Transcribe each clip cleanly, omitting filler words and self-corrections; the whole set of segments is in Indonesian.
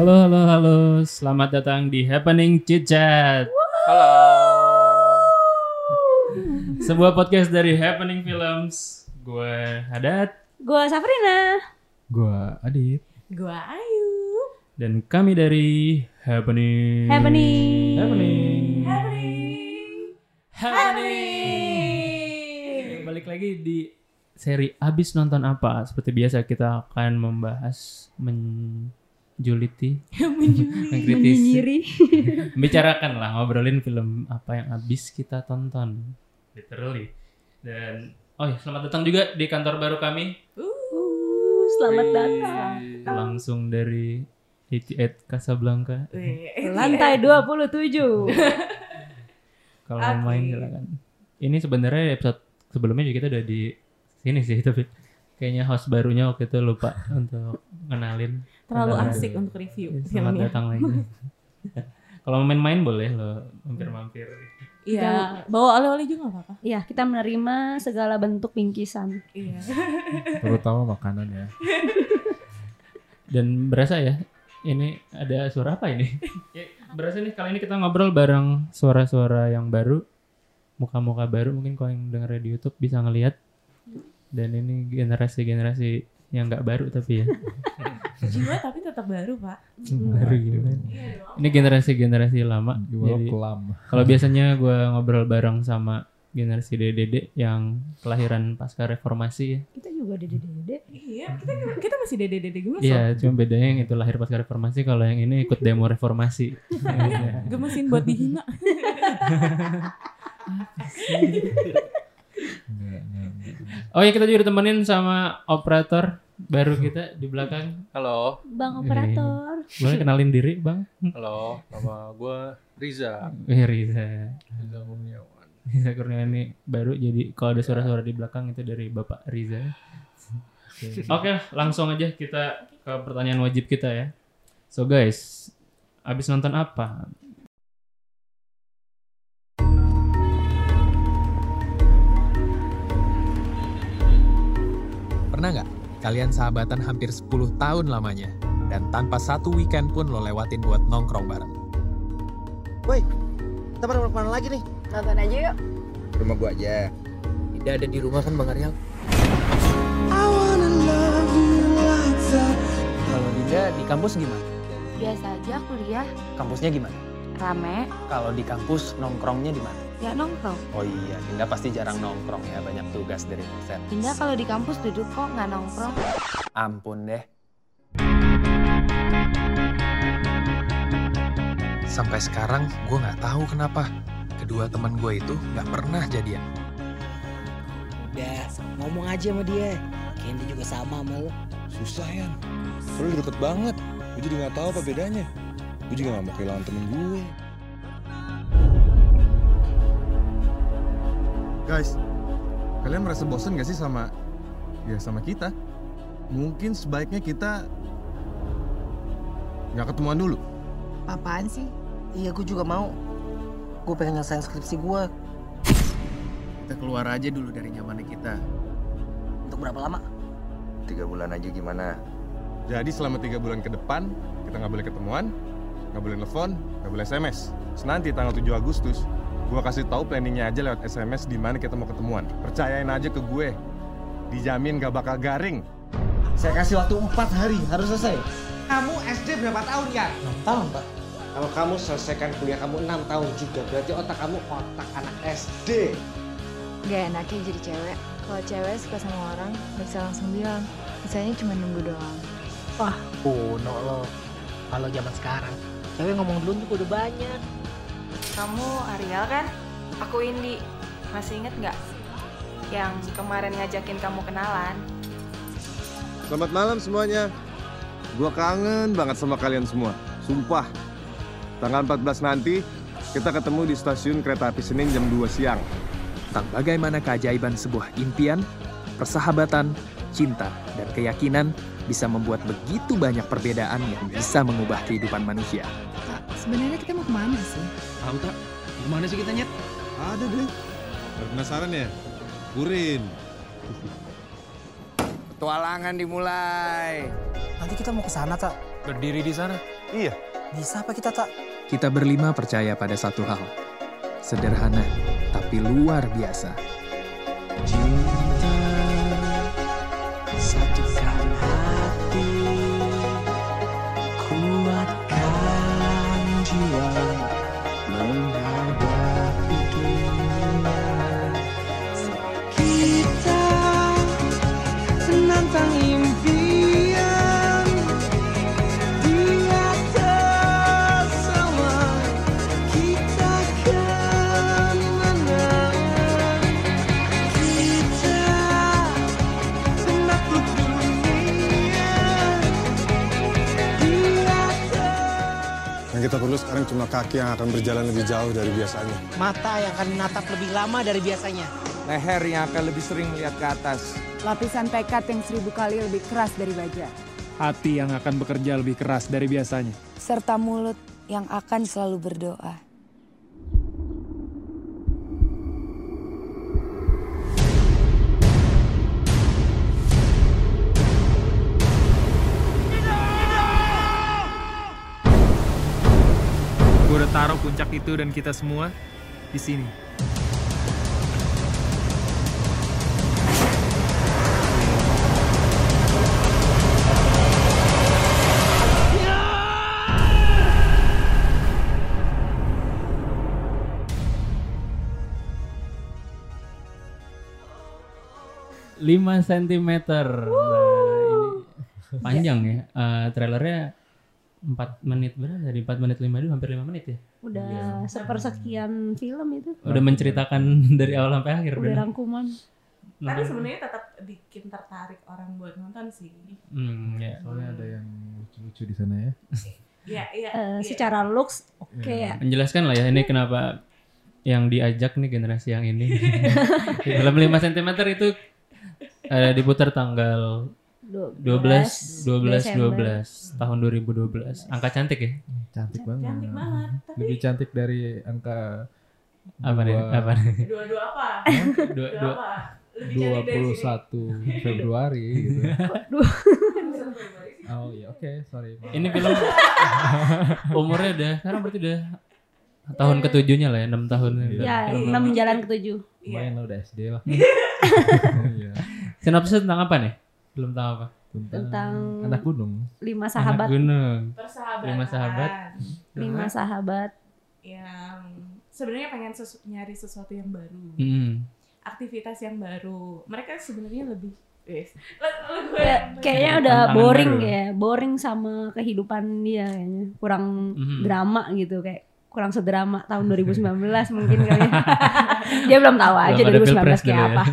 Halo. Selamat datang di Happening Chit Chat. Halo. Sebuah podcast dari Happening Films. Gue Hadat. Gue Safrina. Gua Adit. Gue Ayu. Dan kami dari Happening. Balik lagi di seri Abis Nonton Apa. Seperti biasa kita akan membahas Menyindir. membicarakan lah, ngobrolin film apa yang habis kita tonton, literally. Dan selamat datang juga di kantor baru kami. Selamat datang. Langsung dari 88 Casablanca. Lantai 27. Kalau mau main silakan. Ini sebenarnya episode sebelumnya juga kita udah di sini sih, tapi kayaknya host barunya waktu itu lupa untuk ngenalin. Terlalu asik untuk review Selamat filmnya. datang lagi. Kalau mau main-main boleh lo mampir-mampir. Iya, bawa oleh-oleh juga gak apa-apa. Iya, kita menerima segala bentuk bingkisan. Iya. Terutama makanan ya. Dan berasa ya, ini ada suara apa ini? Ya, berasa nih kali ini kita ngobrol bareng suara-suara yang baru, muka-muka baru, mungkin kalau yang denger di YouTube bisa ngelihat. Dan ini generasi-generasi yang nggak baru tapi ya. Jiwa tapi tetap baru, Pak. Baru gimana? Ini generasi-generasi lama. Jadi Kelam. kalau biasanya gue ngobrol bareng sama generasi dede yang kelahiran pasca reformasi ya. Kita juga dede-dede. Iya, kita masih dede-dede gemes loh. Iya, cuma bedanya yang itu lahir pasca reformasi, kalau yang ini ikut demo reformasi. Gemesin buat dihina. Oh ya, kita juga ditemenin sama operator baru kita di belakang. Halo. Bang operator. Boleh kenalin diri, Bang? Halo. Nama gue Riza. Riza. Riza Kurniawan. Riza Kurniawan ini baru, jadi kalau ada suara-suara di belakang itu dari Bapak Riza. Oke, langsung aja kita ke pertanyaan wajib kita ya. So guys, abis nonton apa? Pernah nggak kalian sahabatan hampir 10 tahun lamanya dan tanpa satu weekend pun lo lewatin buat nongkrong bareng? Woi, kita pada kemana lagi nih? Nonton aja yuk. Rumah gua aja. Tidak ada di rumah kan Bang Ariel? Kalau Dinda di kampus gimana? Biasa aja kuliah, Kampusnya gimana? rame, Kalau di kampus nongkrongnya di mana? ya nongkrong. Oh iya, Dinda pasti jarang nongkrong ya, banyak tugas dari dosen. Dinda kalau di kampus duduk kok nggak nongkrong. Ampun deh. Sampai sekarang gue nggak tahu kenapa kedua teman gue itu nggak pernah jadian. Udah, ngomong aja sama dia. Candy juga sama sama lo. Susah ya. Soalnya deket banget. Gue jadi gak tahu apa bedanya. Gue juga gak mau kehilangan temen gue. Guys, kalian merasa bosan gak sih sama kita? Mungkin sebaiknya kita gak ketemuan dulu. Apaan sih? Iya, gue juga mau. Gue pengen nyelesain skripsi gue. Kita keluar aja dulu dari nyamannya kita. Untuk berapa lama? 3 bulan aja gimana? Jadi selama 3 bulan ke depan, kita gak boleh ketemuan, gak boleh nelfon, gak boleh SMS. Terus nanti tanggal 7 Agustus, gue kasih tahu planningnya aja lewat SMS di mana kita mau ketemuan. Percayain aja ke gue, dijamin gak bakal garing. Saya kasih waktu 4 hari, harus selesai. Kamu SD berapa tahun ya? 6 tahun, Pak. Kalau kamu selesaikan kuliah kamu 6 tahun juga, berarti otak kamu otak anak SD. Gak enaknya jadi cewek. Kalau cewek suka sama orang, gak bisa langsung bilang. Bisanya cuma nunggu doang. Wah, kuno lo. Kalau zaman sekarang, cewek ngomong dulu tuh udah banyak. Kamu Ariel kan? Aku Indi. Masih inget nggak? Yang kemarin ngajakin kamu kenalan. Selamat malam semuanya. Gue kangen banget sama kalian semua. Sumpah. Tanggal 14 nanti, kita ketemu di stasiun kereta api Senin jam 2 siang. Tentang bagaimana keajaiban sebuah impian, persahabatan, cinta, dan keyakinan bisa membuat begitu banyak perbedaan yang bisa mengubah kehidupan manusia. Kak, sebenarnya kita mau kemana sih? Tahu tak? Gimana sih kita Nyet? Ada deh. Penasaran ya? Purin. Petualangan dimulai. Nanti kita mau ke sana tak? Berdiri di sana. Iya. Bisa apa kita tak? Kita berlima percaya pada satu hal. Sederhana, tapi luar biasa. Cinta, satukan hati, kuatkan jiwa, menghadapi dunia. Kita menantang impian di atas semua. Kita akan menang. Kita menakluk dunia di atas. Yang kita perlu sekarang cuma kaki yang akan berjalan lebih jauh dari biasanya. Mata yang akan menatap lebih lama dari biasanya. Leher yang akan lebih sering melihat ke atas. Lapisan tekad yang 1000 kali lebih keras dari baja. Hati yang akan bekerja lebih keras dari biasanya. Serta mulut yang akan selalu berdoa. Gue udah taruh puncak itu dan kita semua di sini. Lima sentimeter. Nah, ini panjang ya. Trailernya 4 menit berapa? Dari 4 menit 52 hampir 5 menit ya. Udah sepersekian film itu. Udah menceritakan dari awal sampai akhir. Udah rangkuman. Tapi sebenarnya tetap bikin tertarik orang buat nonton sih. Ya. Soalnya ada yang lucu-lucu di sana ya. Iya. Secara looks oke ya. Menjelaskan lah ya ini kenapa yang diajak nih generasi yang ini. Film 5 cm itu diputar tanggal 12 tahun 2012. Angka cantik ya? Cantik banget. Cantik banget. Lebih cantik dari angka apa nih? Apa nih? 22 apa? 21 Februari gitu. Oh iya, oke, sorry. Maaf. Ini film umurnya udah sekarang berarti udah tahun ke-7-nya lah ya, 6 tahun. Ya, 6 jalan ke-7. Lumayan lah udah SD lah. Sinopsis tentang apa nih? Belum tahu apa? Tentang anak gunung. 5 sahabat. Anak gunung. 5 sahabat. Yang sebenarnya pengen nyari sesuatu yang baru. Aktivitas yang baru. Mereka sebenarnya lebih kayaknya udah boring sama kehidupan dia kayaknya. Kurang drama gitu, kayak kurang sedrama tahun 2019 mungkin kali ya. Dia belum tahu aja 2019 kayak apa.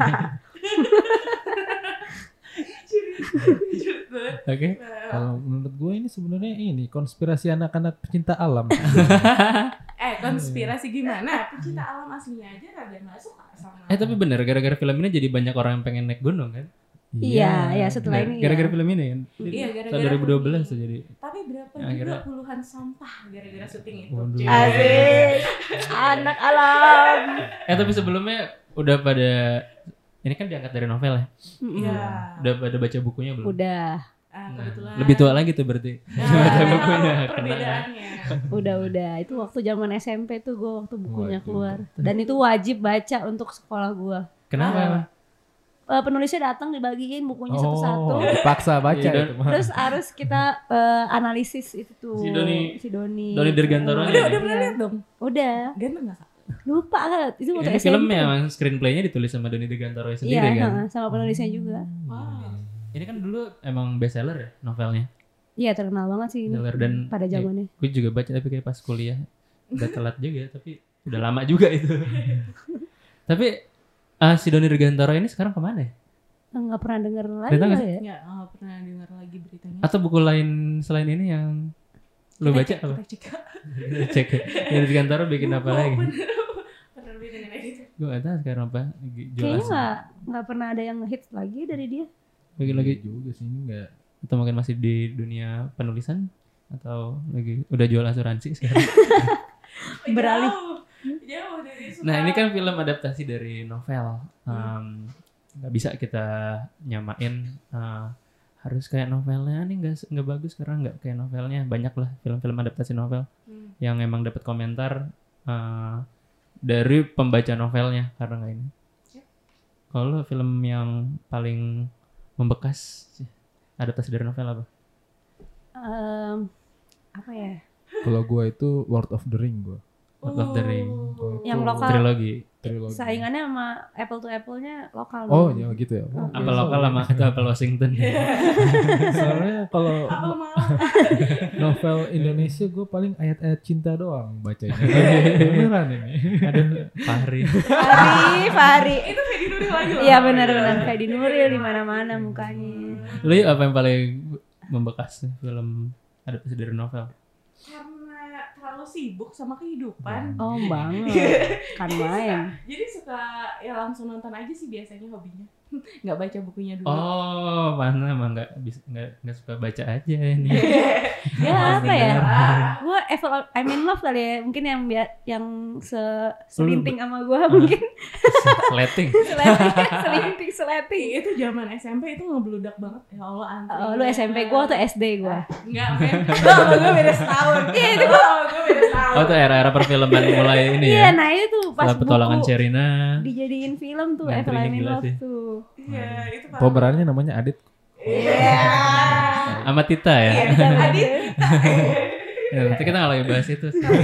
Oke. Kalau menurut gue ini sebenarnya ini konspirasi anak-anak pecinta alam. Konspirasi gimana? Pecinta alam aslinya aja rada nggak suka sama. Tapi bener gara-gara film ini jadi banyak orang yang pengen naik gunung kan? Iya, setelah ini. Gara-gara film ini kan? Iya, gara-gara tahun 2012 tuh jadi. Tapi berapa juga puluhan sampah gara-gara syuting itu. Asik. Anak alam. Tapi sebelumnya udah pada ini kan diangkat dari novel ya? Iya. Udah pada baca bukunya belum? Udah. Kebetulan. Lebih tua lagi tuh berarti. Baca bukunya. Perbedaannya. Udah. Itu waktu zaman SMP tuh gue waktu bukunya keluar. Dan itu wajib baca untuk sekolah gue. Kenapa? Penulisnya datang dibagiin bukunya satu-satu. Dipaksa baca itu. Terus harus kita analisis itu tuh. Si Doni Dirgantoro. Udah pernah lihat dong? Udah. Ganteng gak? Lupa kan? Itu waktu SMP. Filmnya emang screenplaynya ditulis sama Doni Dirgantoro sendiri kan? Iya, sama penulisnya juga. Ini kan dulu emang bestseller ya novelnya? Iya, terkenal banget sih ini dan pada zamannya. Gue juga baca tapi kayak pas kuliah. Udah telat juga tapi udah lama juga itu. Tapi si Doni Dirgantoro ini sekarang kemana ya? Nggak pernah denger lagi ya? Nggak pernah dengar lagi beritanya. Atau buku lain selain ini yang lu baca apa? Kita cek. Doni Dirgantoro bikin apa lagi? Pernah bikin edit. Gue nggak tahu sekarang apa. Kayaknya nggak pernah ada yang hits lagi dari dia. Lagi juga sih enggak. Atau mungkin masih di dunia penulisan atau lagi udah jual asuransi sekarang. Beralih. Jauh dari suka. Nah ini kan film adaptasi dari novel. Nggak bisa kita nyamain harus kayak novelnya nih, nggak bagus karena nggak kayak novelnya. Banyak lah film-film adaptasi novel yang emang dapat komentar dari pembaca novelnya karena nggak ini. Kalau film yang paling membekas adaptasi dari novel apa? Apa ya? Kalau gue itu Lord of the Ring gue. Lord of the Ring. Yang lokal. Trilogi. Saingannya sama Apple to Apple-nya lokal. Oh, ya gitu ya. Apple lokal sama itu Apple Washington. Soalnya kalau novel Indonesia gue paling ayat-ayat cinta doang bacanya. Beneran ini. Aduh, Fahri. Itu Fedi Nuril lagi loh. Iya benar-benar Fedi Nuril di mana-mana mukanya. Lu apa yang paling membekas film adaptasi dari novel? Karena terlalu sibuk sama kehidupan. Oh banget. Kan main. Jadi suka ya langsung nonton aja sih biasanya hobinya. Nggak baca bukunya dulu. Oh, mana emang nggak suka baca aja ini. Ya apa ya? Gue I'm in love kali ya. Mungkin yang selinting sama gue mungkin. Seleting. Itu zaman SMP itu ngebludak banget. Ya Allah antri. Oh, lu SMP, gue atau SD gue? Enggak, men. Gue beda setahun. Iya, itu gue beda setahun. Oh, itu era-era perfilman mulai ini ya. Iya, nah itu tuh pas petualangan buku Sherina dijadiin film tuh, I'm in love tuh. Iya, itu pemerannya namanya Adit. Iya. Sama Tita ya. Adit. Ya, nanti kita nggak lagi bahas itu.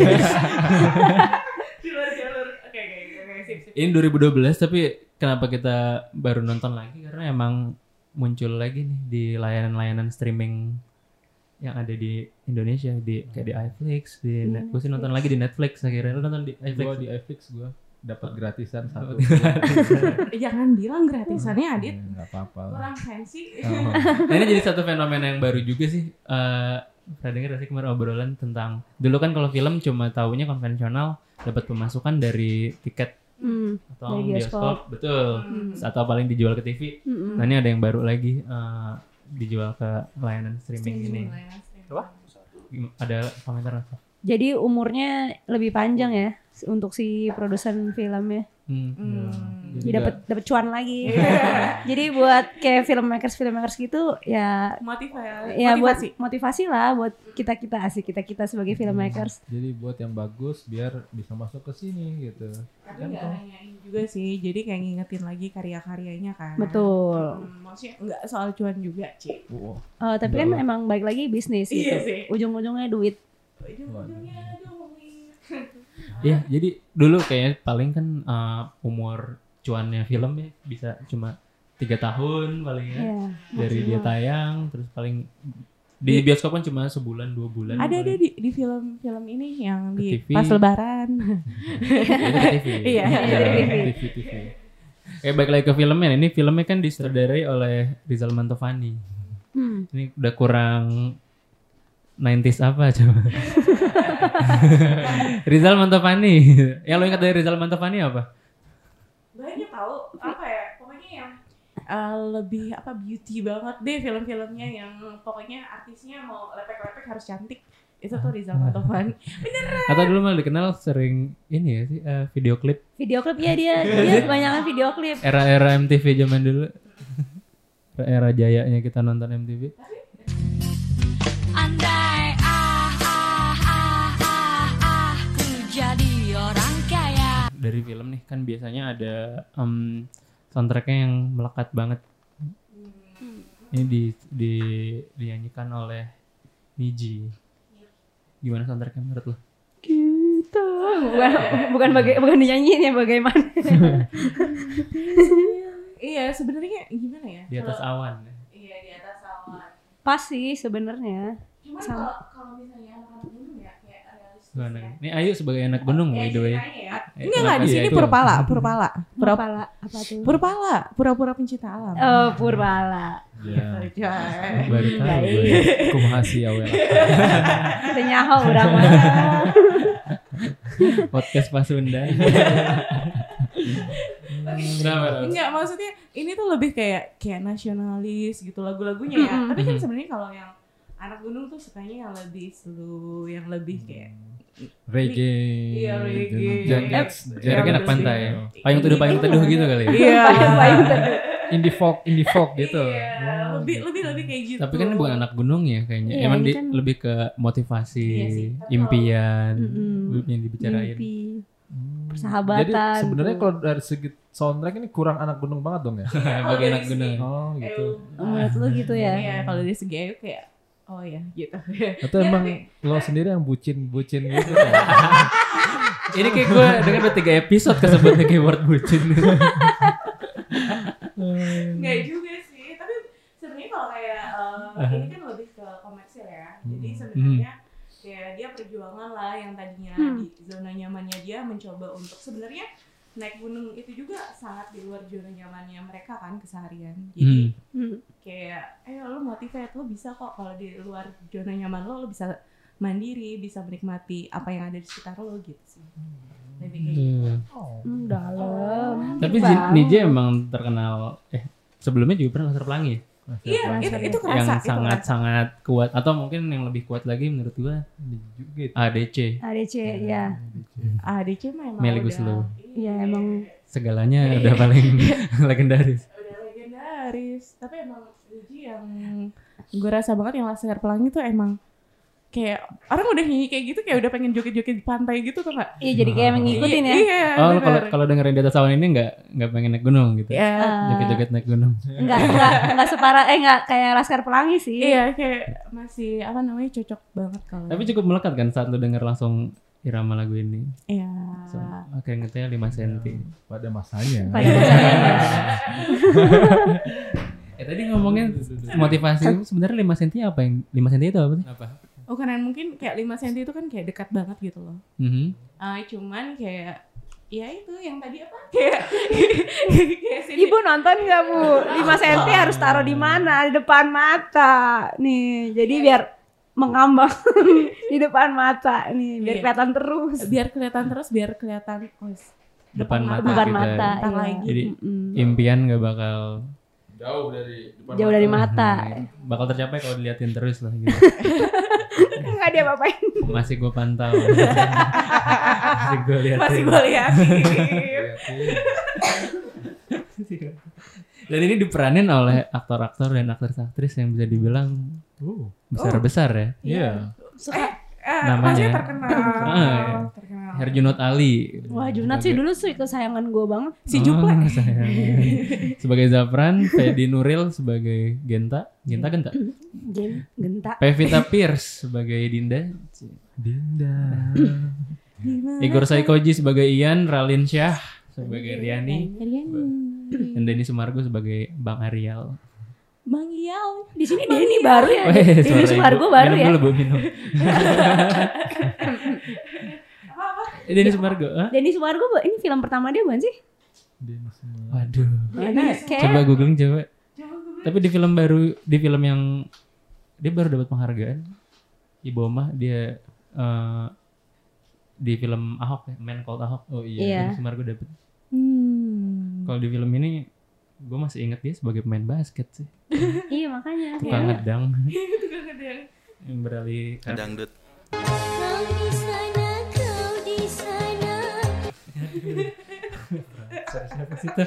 Jalur. Oke, sip. Ini 2012 tapi kenapa kita baru nonton lagi? Karena emang muncul lagi nih di layanan-layanan streaming yang ada di Indonesia, kayak di iFlix, gue sih nonton lagi di Netflix akhirnya. Lu nonton di iFlix? Gue di iFlix gue dapat gratisan satu. Jangan bilang gratisannya Adit. Nggak apa-apa. Kurang fancy. Nah, ini jadi satu fenomena yang baru juga sih. Pernah dengar sih kemarin obrolan tentang dulu kan kalau film cuma taunya konvensional dapat pemasukan dari tiket atau dari bioskop, betul. Atau paling dijual ke TV. Nah ini ada yang baru lagi dijual ke layanan streaming ini. Apa? Ada komentar apa? Jadi umurnya lebih panjang ya untuk si produsen filmnya. Jadi dapat cuan lagi. Jadi buat kayak filmmakers gitu ya motivasi lah buat kita sebagai filmmakers. Jadi buat yang bagus biar bisa masuk ke sini gitu. Tapi nggak nanyain juga sih, jadi kayak ngingetin lagi karya-karyanya kan. Betul. Maksudnya nggak soal cuan juga, Ci. Tapi kan emang balik lagi bisnis gitu. Iya sih. Ujung-ujungnya duit. Iya, jadi dulu kayaknya paling kan umur cuannya film ya bisa cuma 3 tahun paling ya. Dari dia tayang terus paling di bioskop kan cuma sebulan 2 bulan. Ada di film ini yang di TV. pas lebaran. Itu ke TV. Iya, TV. Baik lagi ke filmnya. Ini filmnya kan disutradarai oleh Rizal Mantovani. Ini udah kurang 90s apa coba? Rizal Mantovani. Yang lo ingat dari Rizal Mantovani apa? Banyak tahu apa ya? Pokoknya yang lebih beauty banget deh film-filmnya yang pokoknya artisnya mau lepek-lepek harus cantik. Itu tuh Rizal Mantovani. Beneran. Atau dulu malah dikenal sering ini ya sih video klip. Video klip ya dia kebanyakan video klip. Era-era MTV zaman dulu. Era jayanya kita nonton MTV. Andai ku jadi orang kaya. Dari film nih kan biasanya ada soundtracknya yang melekat banget. Ini dinyanyikan oleh Niji. Gimana soundtracknya menurut lo? Gitu. Bukan dinyanyiin ya bagaimana? Iya sebenarnya gimana ya? Di atas awan. Iya di atas awan. Pas sih sebenarnya. Cuman kalau misalnya anak-anak gunung ya kayak realistis ya. Ini Ayu sebagai anak gunung by the way. Enggak di sini Purpala. Apa tuh? Purpala, pura-pura pencinta alam. Oh, Purpala. Ya. Baru tahu gue. Kumahasi awel. Tenyaho udah mah. Podcast Pasunda. Enggak, maksudnya ini tuh lebih kayak nasionalis gitu lagu-lagunya ya. Tapi kan sebenarnya kalau yang anak gunung tuh sukanya yang lebih slow, yang lebih kayak reggae. Iya, reggae. Jarang anak pantai. Payung teduh gitu kali ya. Iya. Payung teduh. indie folk gitu. Iya, lebih kayak gitu. Tapi kan bukan anak gunung ya kayaknya. Iya, Emang ini kan lebih ke motivasi, Iya sih, tapi impian, Mm-mm. yang dibicarain. mimpi, persahabatan. Jadi sebenarnya tuh. kalau dari segi soundtrack ini kurang anak gunung banget dong ya. Bagi anak gunung. Oh gitu. menurut lu gitu ya? Iya, kalau dari segi ayu kayak oh ya gitu. Atau Ya, emang tapi- lo sendiri yang bucin gitu ya? Ini kayak gue dengar udah 3 episode kesebutnya keyword bucin. Enggak juga sih, tapi sebenarnya kalau kayak ini kan lebih ke komersil ya. Jadi sebenarnya kayak dia perjuangan lah yang tadinya di zona nyamannya dia mencoba untuk sebenarnya naik gunung itu juga sangat di luar zona nyamannya mereka kan keseharian. Jadi kayak lo motivate, lo bisa kok kalau di luar zona nyaman lo bisa mandiri, bisa menikmati apa yang ada di sekitar lo gitu sih. Lebih kayak gitu. Dalam. Tapi Nije emang terkenal sebelumnya juga pernah Laskar Pelangi. Iya, itu kerasa. Yang itu sangat kuat atau mungkin yang lebih kuat lagi menurut gua ADC. ADC ya. ADC mah emang Meli udah Guslow. Iya emang Segalanya udah paling legendaris. udah legendaris. Tapi emang Uji yang gue rasa banget yang Laskar Pelangi tuh emang kayak orang udah nyanyi kayak gitu kayak udah pengen joget-joget di pantai gitu tuh nggak? Iya jadi kayak mengikutin ya. Iya. Oh, bener. kalau dengerin di atas awan ini nggak pengen naik gunung gitu. Iya. Joget-joget naik gunung. Enggak separah enggak kayak Laskar Pelangi sih. Iya kayak masih apa namanya cocok banget kalau. Tapi cukup melekat kan saat lu denger langsung irama lagu ini. Iya. So, oke ngetnya 5 cm. Pada masanya. Tadi ngomongin motivasi sebenarnya 5 cm apa yang 5 cm itu apa sih? Apa? Oh karena mungkin kayak 5 cm itu kan kayak dekat banget gitu loh. Cuman kayak ya itu yang tadi apa kayak Ibu nonton nggak Bu? 5 cm harus taruh di mana? Di depan mata nih. Jadi biar mengambang di depan mata nih biar kelihatan terus. Biar kelihatan Depan mata depan kita. mata. Iya. Jadi impian nggak bakal jauh dari mata. Bakal tercapai kalau diliatin terus lah gitu. Enggak dia apain. Masih gue pantau. Masih gue liatin. Dan ini diperanin oleh aktor-aktor dan aktris-aktris yang bisa dibilang besar-besar ya. Iya. Namanya terkenal. Herjunot Ali. Wah Junot sih dulu sih kesayangan gue banget. Si Juple. Sebagai Zafran, Fedi Nuril sebagai Genta. Genta. Genta. Pevita Pierce sebagai Dinda. Igor Saikoji sebagai Ian, Ralin Syah sebagai Riani. Dan Denny Sumargo sebagai Bang Arial. Bang Ial. Di sini Denny baru ya. Denny Sumargo baru ya. Minum dulu, minum. Denny Sumargo. Denny Sumargo ini film pertama dia bukan sih? Waduh. Kayak Coba googling coba. Tapi di film yang dia baru dapat penghargaan. Ibu Oma dia di film Ahok ya, Man Called Ahok. Oh iya. Denny Sumargo dapat. Kalau di film ini gue masih ingat dia sebagai pemain basket sih. Iya makanya. Tukang ngedang. Tukang ngedang. Yang beralih ngedangdut. Siapa sih itu?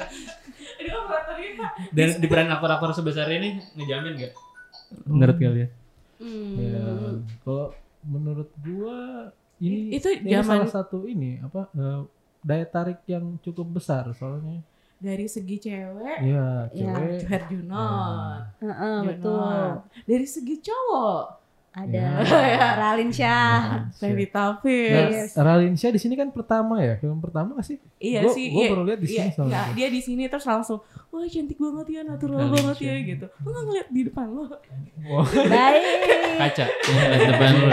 Dan di peran aktor-aktor sebesar ini ngejamin gak? Menurut kalian? Ya, kalau menurut gua ini itu salah satu ini apa daya tarik yang cukup besar soalnya. Dari segi cewek, ya cewek, Herjunot, betul. Dari segi cowok, ada Ralin Syah, Pevita Pierce. Ralin Syah di sini kan pertama ya, film pertama nggak sih? Iya sih. Gue baru lihat di sini soalnya. Dia di sini terus langsung, wah cantik banget ya, natural banget ya gitu. Lo nggak ngeliat di depan lo? Baik. Kaca, ngeliat depan lo.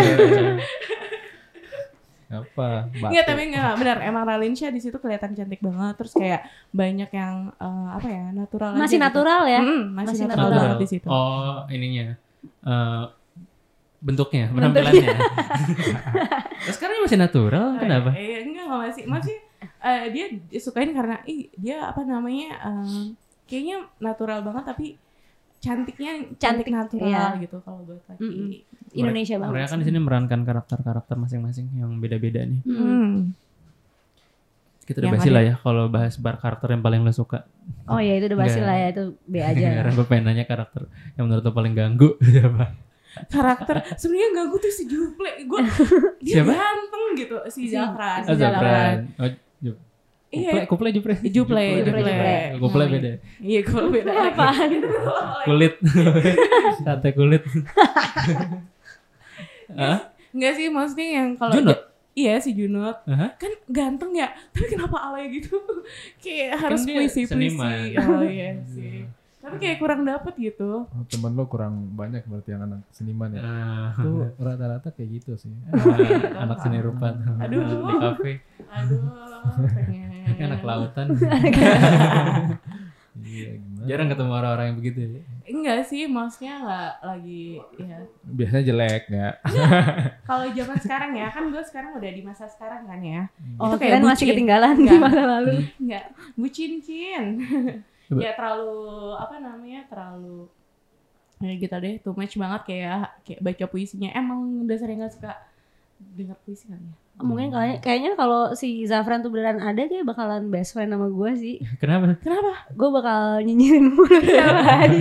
Apa? Iya tapi nggak benar. Emang Ralin Syah di situ kelihatan cantik banget. Terus kayak banyak yang natural. Masih natural ya? Masih natural di situ. Oh ininya. Bentuknya, penampilannya. Terus sekarang masih natural, kenapa? Enggak masih dia disukain karena dia apa namanya kayaknya natural banget tapi cantiknya cantik natural gitu kalau buat laki. Indonesia banget. Mereka kan di sini merankan karakter-karakter masing-masing yang beda-beda nih. Kita udah basi lah ya kalau bahas karakter yang paling lo suka. Oh ya itu udah basi lah ya, itu B aja. Karena gue pengen nanya karakter yang menurut lo paling ganggu siapa? Karakter sebenarnya ganggu tuh si Juple. Dia siapa? ganteng gitu si Zafran. Zafran. Oh, Iya. Kuple. Kuple beda. Iya, kuple beda. Apaan? Kulit. Sate kulit. Enggak sih, maksudnya yang kalau iya si Junot kan ganteng ya, tapi kenapa alay gitu? Kayak harus puisi-puisi. Oh iya sih. Tapi kayak kurang dapet gitu. Oh, temen lo kurang banyak berarti yang anak seniman ya. Itu rata-rata kayak gitu sih. Anak seni rupa. Aduh. Di kafe. Aduh. Pengen. Anak lautan. Iya, gimana? Jarang ketemu orang-orang yang begitu ya. Enggak sih, maksudnya nggak lagi ya. Biasanya jelek nggak? Kalau zaman sekarang ya, kan gue sekarang udah di masa sekarang kan ya. Oh, itu kayak masih ketinggalan di masa lalu. Enggak, bucin-cin. Ya terlalu terlalu ya gitu deh, too much banget kayak baca puisinya. Emang dasarnya nggak suka dengar puisi kan ya. Mungkin kayaknya kalau si Zafran tuh beneran ada, kayak bakalan best friend sama gue sih. Kenapa? Gue bakal nyinyirin mulu tiap hari.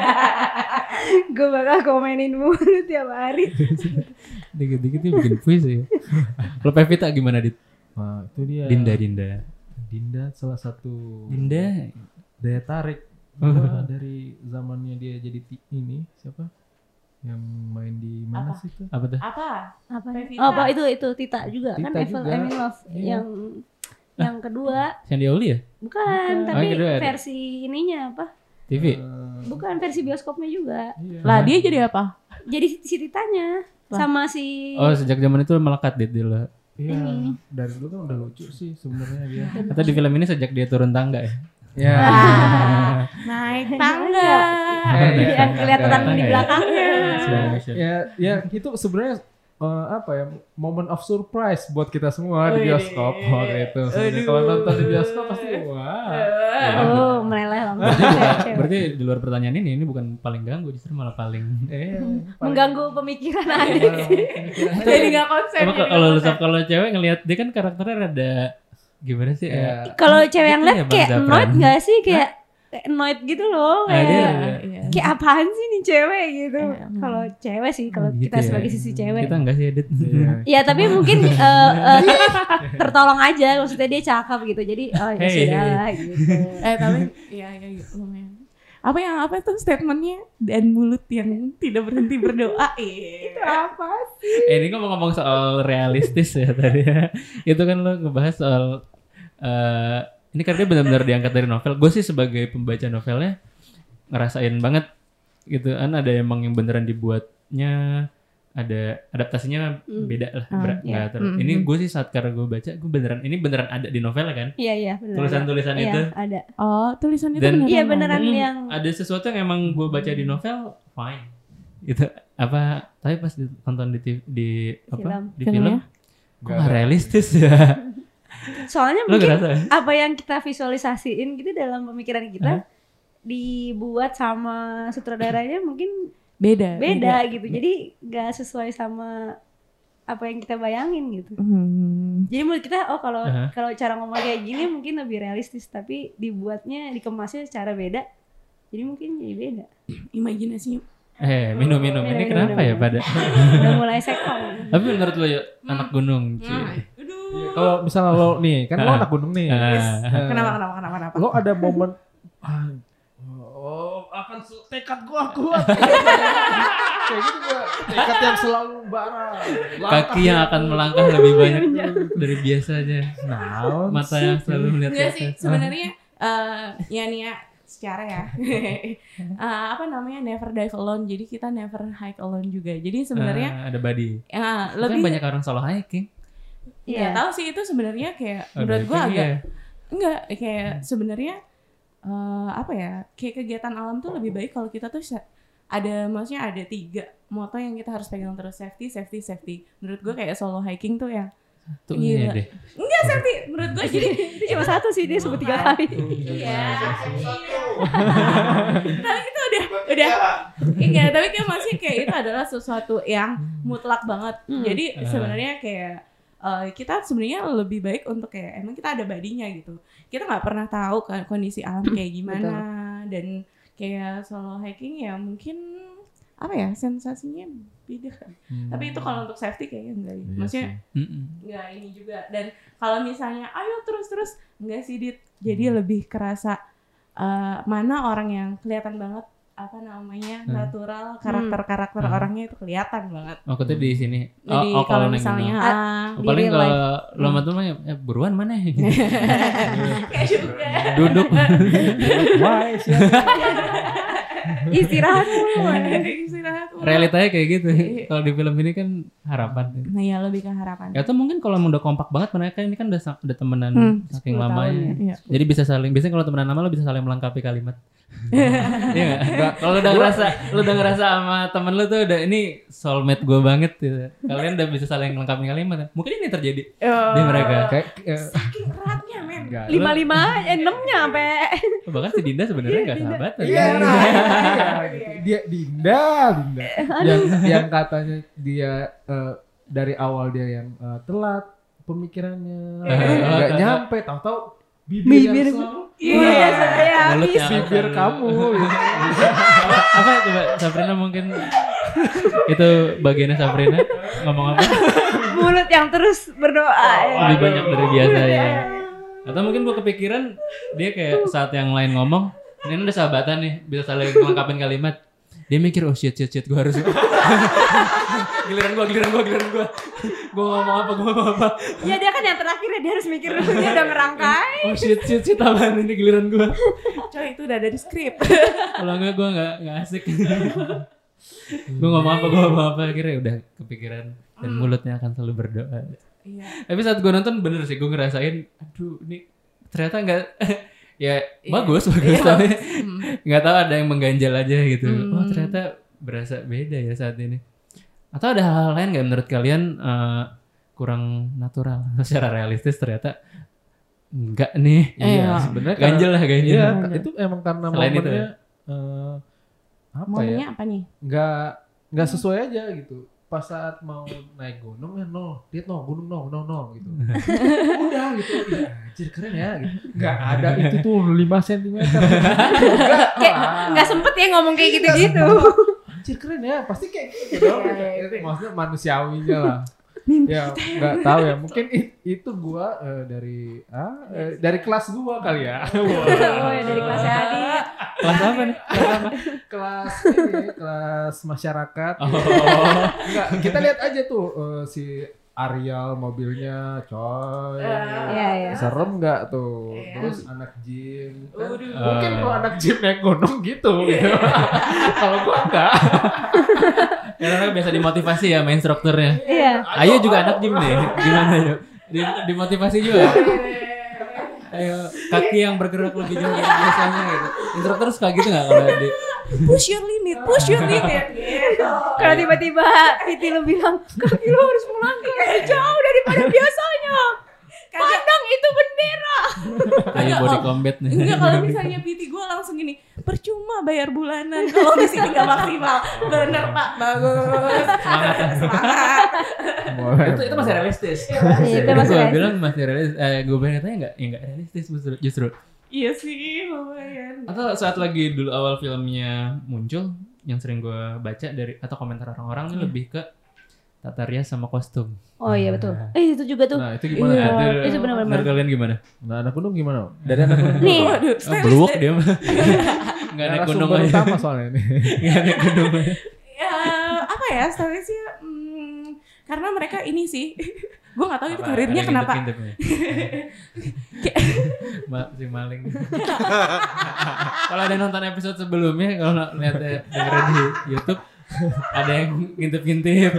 Gue bakal komenin mulu tiap hari. Dikit-dikit dia bikin puisi ya. Kalau Pevita gimana, Dit? Nah, itu dia. Dinda salah satu daya tarik dari zamannya dia jadi ini siapa? Yang main di mana sih itu? Apa tuh? Apa itu Tita juga Tita kan Evil I'm in Love yang kedua. Sandy Oli ya? Bukan, tapi versi ininya apa? TV. Bukan, versi bioskopnya juga. Lah dia jadi apa? Jadi si Titanya sama si. Oh, sejak zaman itu melekat Dit dulu. Iya. Dari dulu kan udah lucu sih sebenarnya dia. Atau di film ini sejak dia turun tangga ya? Ya. Naik tangga. Yang kelihatan di belakangnya. Ya itu sebenarnya moment of surprise buat kita semua di bioskop itu. Kalau nonton di bioskop pasti wah. Meleleh langsung. Berarti di luar pertanyaan ini bukan paling ganggu, justru malah paling mengganggu pemikiran adik sih. Jadi nggak konsen. Kalau cewek ngelihat dia kan karakternya rada gimana sih? Kalau cewek yang lihat kayak annoyed nggak sih, kayak annoyed gitu loh, kayak apaan sih nih cewek gitu. Kalau cewek sih, kalau kita sebagai sisi cewek. Kita enggak sih, Edit. Ya tapi mungkin tertolong aja, maksudnya dia cakep gitu, jadi ya sudah lah gitu. Tapi ya lumayan. Apa tuh statementnya, dan mulut yang tidak berhenti berdoa. Itu apa sih? Ini kan mau ngomong soal realistis ya tadi ya. Itu kan lo ngebahas soal ini karena dia benar-benar diangkat dari novel. Gue sih sebagai pembaca novelnya ngerasain banget gitu kan, ada emang yang beneran dibuatnya, ada adaptasinya beda lah. Ini gue sih saat karena gue baca, gue beneran ada di novel kan? Iya beneran. Tulisan-tulisan itu. Ada. Oh, tulisan itu dan iya beneran yang ada sesuatu yang emang gue baca di novel fine. Gitu. Tapi pas ditonton di film kok gak realistis ya. Soalnya mungkin apa yang kita visualisasiin gitu dalam pemikiran kita dibuat sama sutradaranya mungkin beda gitu. Jadi gak sesuai sama apa yang kita bayangin gitu. Jadi menurut kita kalau cara ngomong kayak gini mungkin lebih realistis, tapi dibuatnya, dikemasnya secara beda. Jadi mungkin jadi beda. Imajinasinya. Minum. Ini kenapa ya pada? Udah mulai sekong. Tapi menurut lo ya anak gunung. Kalau misalnya lo nih, kan lo anak gunung nih. Kenapa? Lo ada momen akan tekad gua kuat. Kayak gitu gua, tekad yang selalu bara. Kaki yang akan melangkah lebih banyak dari biasanya. Mata yang selalu melihat. Enggak sih, sebenarnya secara ya. Never dive alone. Jadi kita never hike alone juga. Jadi sebenarnya ada buddy. Lebih banyak orang solo hiking. Iya, tahu sih itu sebenarnya kayak menurut gua agak enggak kayak sebenarnya kayak kegiatan alam tuh lebih baik kalau kita tuh maksudnya ada 3 moto yang kita harus pegang terus, safety. Menurut gue kayak solo hiking tuh yang gila deh. Enggak safety menurut gue, jadi itu cuma 1 sih, dia sebut 3 kali. Iya. Tapi itu udah enggak, tapi kan masih kayak itu adalah sesuatu yang mutlak banget. Jadi sebenarnya kayak kita sebenarnya lebih baik untuk kayak emang kita ada badinya gitu. Kita nggak pernah tahu kan kondisi alam kayak gimana. Dan kayak solo hiking ya mungkin apa ya sensasinya beda kan. Tapi itu kalau untuk safety kayaknya enggak. Maksudnya enggak ini juga. Dan kalau misalnya ayo terus enggak sih Dit. Jadi lebih kerasa mana orang yang kelihatan banget apa namanya natural karakter orangnya itu kelihatan banget. Maksudnya di sini. Jadi kalau misalnya paling kalau lama tuh mah buruan mana ya? Kayak juga. Duduk. Why sih? Istirahat mulu. Realitanya kayak gitu. Kalau di film ini kan harapan. Nah ya lebih ke harapan. Ya atau mungkin kalau udah kompak banget mereka ini kan udah temenan saking lamanya. Ya. Jadi bisa saling. Biasanya kalau temenan lama lo bisa saling melengkapi kalimat. Iya nggak? Kalau lu udah ngerasa sama temen lu tuh udah ini soulmate gue banget gitu. Kalian udah bisa saling melengkapi kalimat. Mungkin ini terjadi di mereka. Saking eratnya men. 5-5, 6-nya sampai. Bahkan si Dinda sebenarnya nggak sahabatan. Iya. Dia Dinda. Yang katanya dia dari awal dia yang telat pemikirannya, nggak nyampe. Tahu-tahu bibir Iya, bibir kamu. Apa coba Sabrina mungkin itu bagiannya Sabrina ngomong apa? Mulut yang terus berdoa. Lebih banyak dari biasa ya. Atau mungkin gue kepikiran dia kayak saat yang lain ngomong, ini udah sahabatan nih, bisa saling melengkapin kalimat. Dia mikir oh shit gue harus giliran gue ngomong apa. Ya dia kan yang terakhir ya, dia harus mikir dulu, dia udah ngerangkai. Oh shit apaan ini giliran gue. Coy itu udah ada di skrip. Kalau enggak gue enggak asik. Gue ngomong apa akhirnya udah kepikiran dan mulutnya akan selalu berdoa. Iya. Tapi saat gue nonton bener sih gue ngerasain aduh ini ternyata enggak ya bagus tapi nggak tahu ada yang mengganjal aja gitu. Oh ternyata berasa beda ya saat ini. Atau ada hal lain nggak menurut kalian kurang natural secara realistis ternyata enggak nih. Iya sebenarnya ganjel lah kayaknya. Iya itu emang karena selain momennya itu ya? Momennya apa nih? Nggak sesuai aja gitu. Pas saat mau naik gunung ya gunung gitu. Udah gitu. Ya, anjir keren ya gitu. Enggak ada itu tuh 5 cm. Enggak sempet ya ngomong kayak gitu-gitu. Anjir keren ya, pasti kayak gitu dong. Maksudnya manusiawinya lah. Ya enggak tahu ya, mungkin itu gua dari kelas gua kali ya. Oh ya dari kelas Adit. Kelas apa nih? Kelas masyarakat. Enggak, kita lihat aja tuh si Ariel mobilnya coy. Serem enggak tuh? Terus anak gym. Mungkin kalau anak gym naik gunung gitu. Kalau gua enggak. Karena biasa dimotivasi ya main instrukturnya. Iya. Ayo juga anak gym nih. Gimana yuk? Dimotivasi juga. Ayo kaki yang bergerak lebih jauh dari biasanya gitu. Instruktur suka gitu nggak kalau di push your limit gitu. Kalau tiba-tiba Piti lu bilang kaki lu harus melangkah lebih jauh daripada biasanya. Padang itu bendera. Kayak body combat nih. Enggak kalau misalnya PT gue langsung gini, percuma bayar bulanan kalau di sini nggak maksimal. Bener Pak, bagus. Semangat. Itu masih realistis. Itu masih gue bilang masih realistis. Gue bilang katanya nggak realistis justru. Iya sih, lumayan. Atau saat lagi dulu awal filmnya muncul, yang sering gue baca dari atau komentar orang-orang ini lebih ke tata rias sama kostum. Oh iya betul. Itu juga tuh. Nah itu gimana? Itu benar-benar. Menurut kalian gimana? Nah anak gunung gimana? Dari anak gunung. Nih. Beluak dia mah. Nggak naik gunung aja. Utama soalnya ini. Nggak naik gunung aja. Ya apa ya? Sebenarnya sih karena mereka ini sih. Gue nggak tahu itu karirnya kenapa. Si maling. Kalau ada nonton episode sebelumnya, kalau lihat dengerin di YouTube. Ada yang ngintip-ngintip.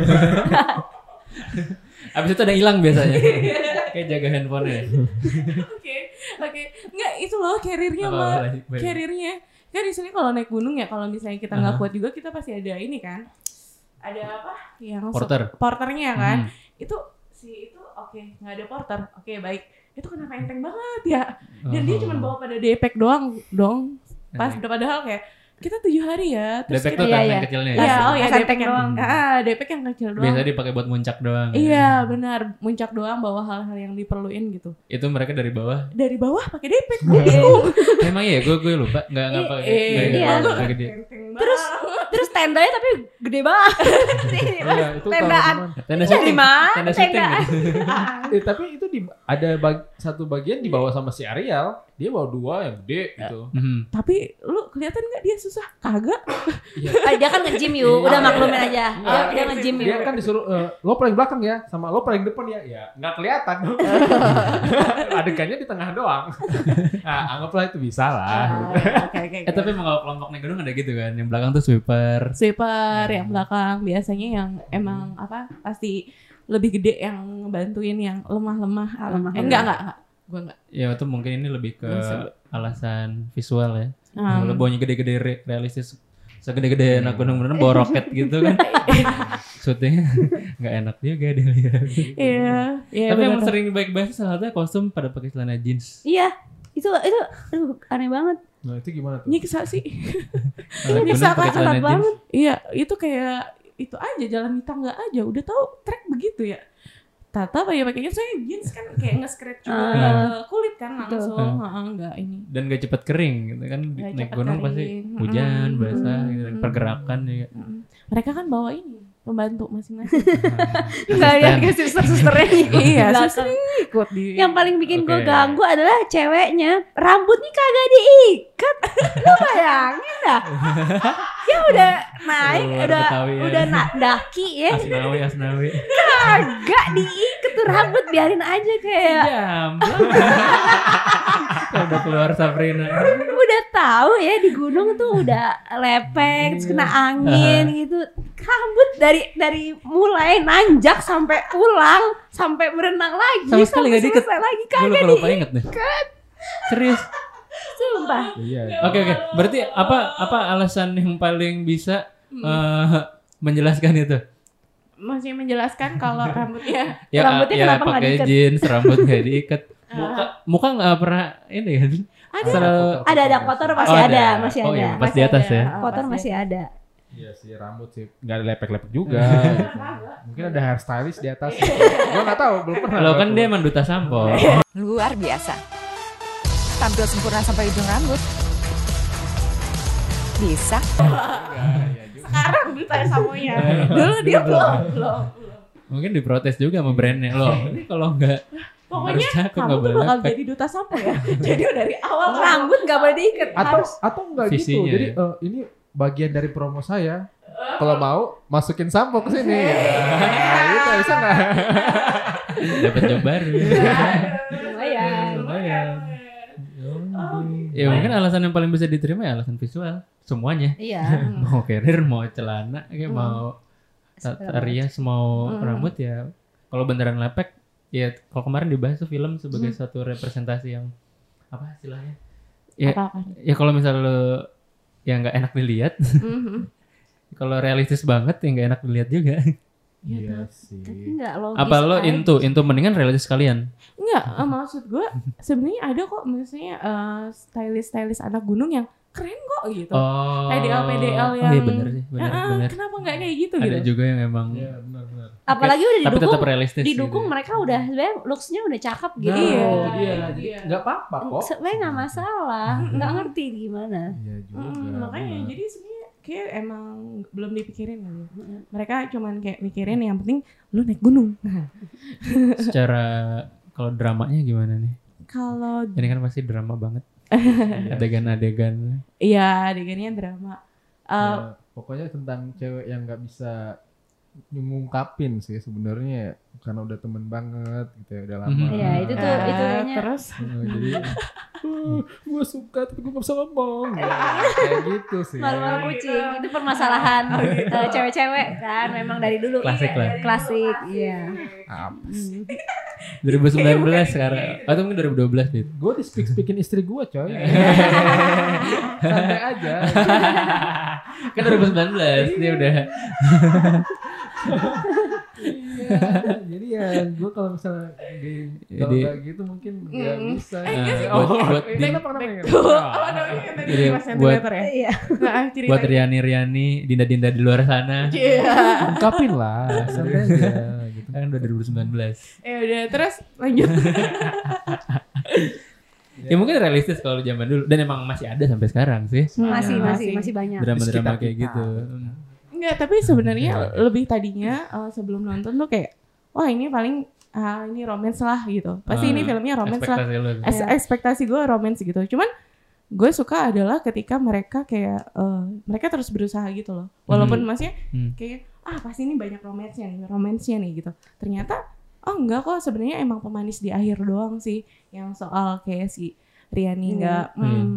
Abis itu ada hilang biasanya. Kayak jaga handphonenya. Oke. Nggak itu loh karirnya mah. Karirnya. Kan di sini kalau naik gunung ya kalau misalnya kita nggak kuat juga kita pasti ada ini kan. Ada apa? Yang porternya kan. Itu nggak ada porter. Oke, baik. Itu kenapa enteng banget ya? Dan dia cuma bawa pada depek doang dong. Padahal kayak kita 7 hari ya. Terus Depek kita, tuh yang kecilnya ya? Iya, oh ya Depek depek yang doang. Depek yang kecil doang. Biasanya dipakai buat muncak doang. Iya benar, muncak doang bawa hal-hal yang diperluin gitu. Itu mereka dari bawah. Dari bawah pakai depek, gue bingung. Emang iya, gue lupa nggak pakai. Iya. Gede. Terus tendanya tapi gede banget. Itu Tendaan. Tenda syuting. Tenda Syuting. Gitu. Tapi itu ada satu bagian dibawa sama si Ariel, dia bawa 2 yang gede gitu. Tapi lu kelihatan nggak dia susah? Kagak. Dia kan nge-gym yuk, udah maklumin aja. Dia nge-gym yuk. Dia kan disuruh lo paling belakang ya, sama lo paling depan ya. Ya nggak kelihatan. Adegannya di tengah doang. Nah, anggaplah itu bisa lah. Tapi emang kalau kelompok naik gunung ada gitu kan, yang belakang tuh sweeper. Yang belakang biasanya yang emang pasti lebih gede yang bantuin yang lemah-lemah. Enggak. Gue enggak. Ya itu mungkin ini lebih ke alasan visual ya. Kalau bawanya gede-gede realistis, segede-gede anak gunung beneran bawa roket gitu kan. Syutingnya nggak enak juga dilihat. Iya. Tapi emang sering baik-baik salah satunya kostum pada pakai celana jeans. Iya. Itu aneh banget. Nah itu gimana tuh? Nyiksa sih. Nyiksa ketat banget. Iya, itu kayak itu aja jalan di tangga aja. Udah tahu trek begitu ya. Tata pakai jeans, soalnya jeans kan kayak nge-scratch juga ke kulit kan langsung. Enggak ini. Dan gak cepat kering gitu kan. Naik gunung pasti hujan, basah gitu. Pergerakan juga. Mereka kan bawa ini pembantu masing-masing. Enggak ya, suster-susternya iya, susternya ikut di. Yang paling bikin gue ganggu adalah ceweknya rambutnya kagak diikat. Lu bayangin dah. Dia udah naik, udah daki ya. Asnawi. Kagak diikat tuh rambut, biarin aja kayak. Udah keluar Sabrina. Udah tahu ya di gunung tuh udah lepek, kena angin gitu. Rambut dari mulai nanjak sampai pulang, sampai berenang lagi, sama sekali gak diikat lagi kagak lupa inget deh. Serius. Sumpah. Oke. Berarti apa alasan yang paling bisa menjelaskan itu? Masih menjelaskan kalau rambutnya rambutnya kenapa nggak pakai diikat? jeans, rambut nggak diikat. Muka nggak pernah ini kan? Ada kotor masih ada. Oh iya, pas di atas ya. Kotor masih ada. Iya sih, rambut sih nggak ada lepek-lepek juga. Gitu. Mungkin ada hairstylist di atas. Gua nggak tahu, belum pernah. Lo kan dia emang duta sampo. Luar biasa. Tampil sempurna sampai ujung rambut. Bisa. Sekarang duta samponya. Dulu dia belum. Mungkin diprotes juga sama brandnya lo. Ini kalau nggak pokoknya kamu tuh bakal jadi duta sampo ya. Jadi dari awal rambut nggak boleh diikat. Atau enggak gitu. Jadi ini bagian dari promo saya. Kalau mau masukin sampo ke sini. Itu bisa nggak? Dapat job baru. Lumayan. Ya mungkin alasan yang paling bisa diterima ya alasan visual. Semuanya. Iya. Mau carrier, mau celana, kayak mau rias, mau rambut ya. Kalau beneran lepek, ya kalau kemarin dibahas tuh film sebagai suatu representasi yang apa istilahnya? Ya kalau misalnya lo yang nggak enak dilihat, kalau realistis banget ya nggak enak dilihat juga. Iya sih. Apa lo into mendingan realistis kalian? Enggak, maksud gue sebenarnya ada kok maksudnya stylist anak gunung yang keren kok gitu. PDL yang iya bener sih, bener. Kenapa nggak kayak gitu ada gitu? Ada juga yang emang benar. Apalagi udah tapi tetap realistis didukung gitu. Mereka udah sebenarnya looks-nya udah cakep gitu. Iya. Enggak apa-apa kok. Sebenarnya enggak masalah. Enggak ngerti gimana. Iya juga. Makanya jadi sebenarnya kayak emang belum dipikirin gitu. Mereka cuman kayak mikirin yang penting lu naik gunung. Secara kalau dramanya gimana nih? Kalau ini kan pasti drama banget. Adegan-adegan. Iya, adegannya drama. Pokoknya tentang cewek yang nggak bisa ngungkapin sih sebenarnya karena udah temen banget gitu ya, udah lama. Iya, itu tuh itunya. Terus jadi gue suka tapi gue gak bisa ngomong. Kayak gitu sih. Malu-malu kucing. Itu permasalahan cewek-cewek kan memang dari dulu. Klasik lah. Klasik, iya. Apa sih? 2019 sekarang atau mungkin 2012 gitu. Gue di speakin istri gue coy. Santai aja. Kan 2019 dia udah. Jadi ya gue kalau misalnya kalau kayak gitu mungkin nggak bisa. Buat Riani, Dinda di luar sana. Ungkapin lah, santai aja. Gitu. Kan udah 2019. Udah, terus lanjut. Ya mungkin realistis kalau zaman dulu dan emang masih ada sampai sekarang sih. Masih banyak. Drama-drama kayak gitu. Enggak, tapi sebenarnya lebih tadinya sebelum nonton tuh kayak wah ini paling ini romance lah gitu. Pasti ini filmnya romance lah. Ekspektasi gue romance gitu. Cuman gue suka adalah ketika mereka kayak mereka terus berusaha gitu loh. Walaupun maksudnya kayak pasti ini banyak romansnya nih gitu. Ternyata enggak kok, sebenarnya emang pemanis di akhir doang sih yang soal kayak si Riani enggak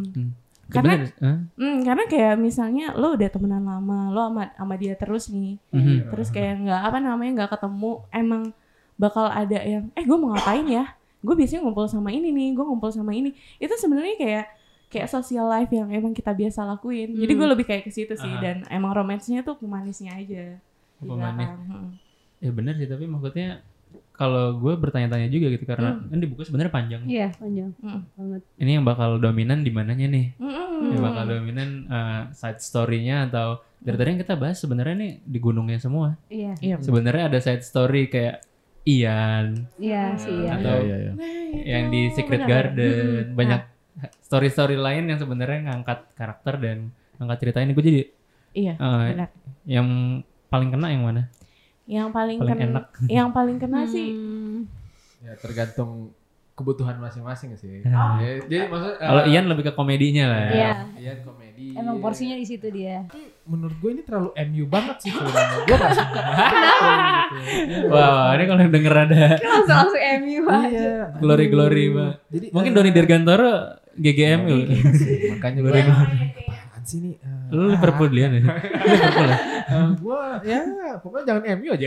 karena kayak misalnya lo udah temenan lama, lo sama dia terus nih, terus kayak nggak ketemu, emang bakal ada yang gue mau ngapain ya, gue biasanya ngumpul sama ini nih, gue ngumpul sama ini, itu sebenarnya kayak social life yang emang kita biasa lakuin. Jadi gue lebih kayak ke situ sih, dan emang romansnya tuh pemanisnya aja. Pemanis. Ya benar sih, tapi maksudnya kalau gue bertanya-tanya juga gitu karena kan di buku sebenarnya panjang. Iya, panjang banget. Ini yang bakal dominan di mananya nih? Yang bakal dominan side story-nya atau dari tadi yang kita bahas sebenarnya nih di gunungnya semua. Iya. Sebenarnya ada side story kayak Ian. Iya, si Ian. Atau yang di Secret Garden. Banyak story-story lain yang sebenarnya ngangkat karakter dan ngangkat cerita ini. Gue jadi benar. Yang paling kena yang mana? Yang paling enak. Yang paling kena sih ya tergantung kebutuhan masing-masing sih. Jadi maksud kalau Ian lebih ke komedinya lah. Iya. Ian komedi. Emang porsinya di situ dia. Menurut gue ini terlalu MU banget sih filmnya. Gue gak suka. Wah, ini kalau denger ada langsung MU aja. Glory banget. Jadi mungkin Doni Dirgantoro GGMU. Makanya gue sih nih lu Liverpool dia nih. Liverpool lah. Gua ya pokoknya jangan MU aja.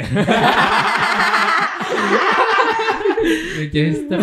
Manchester.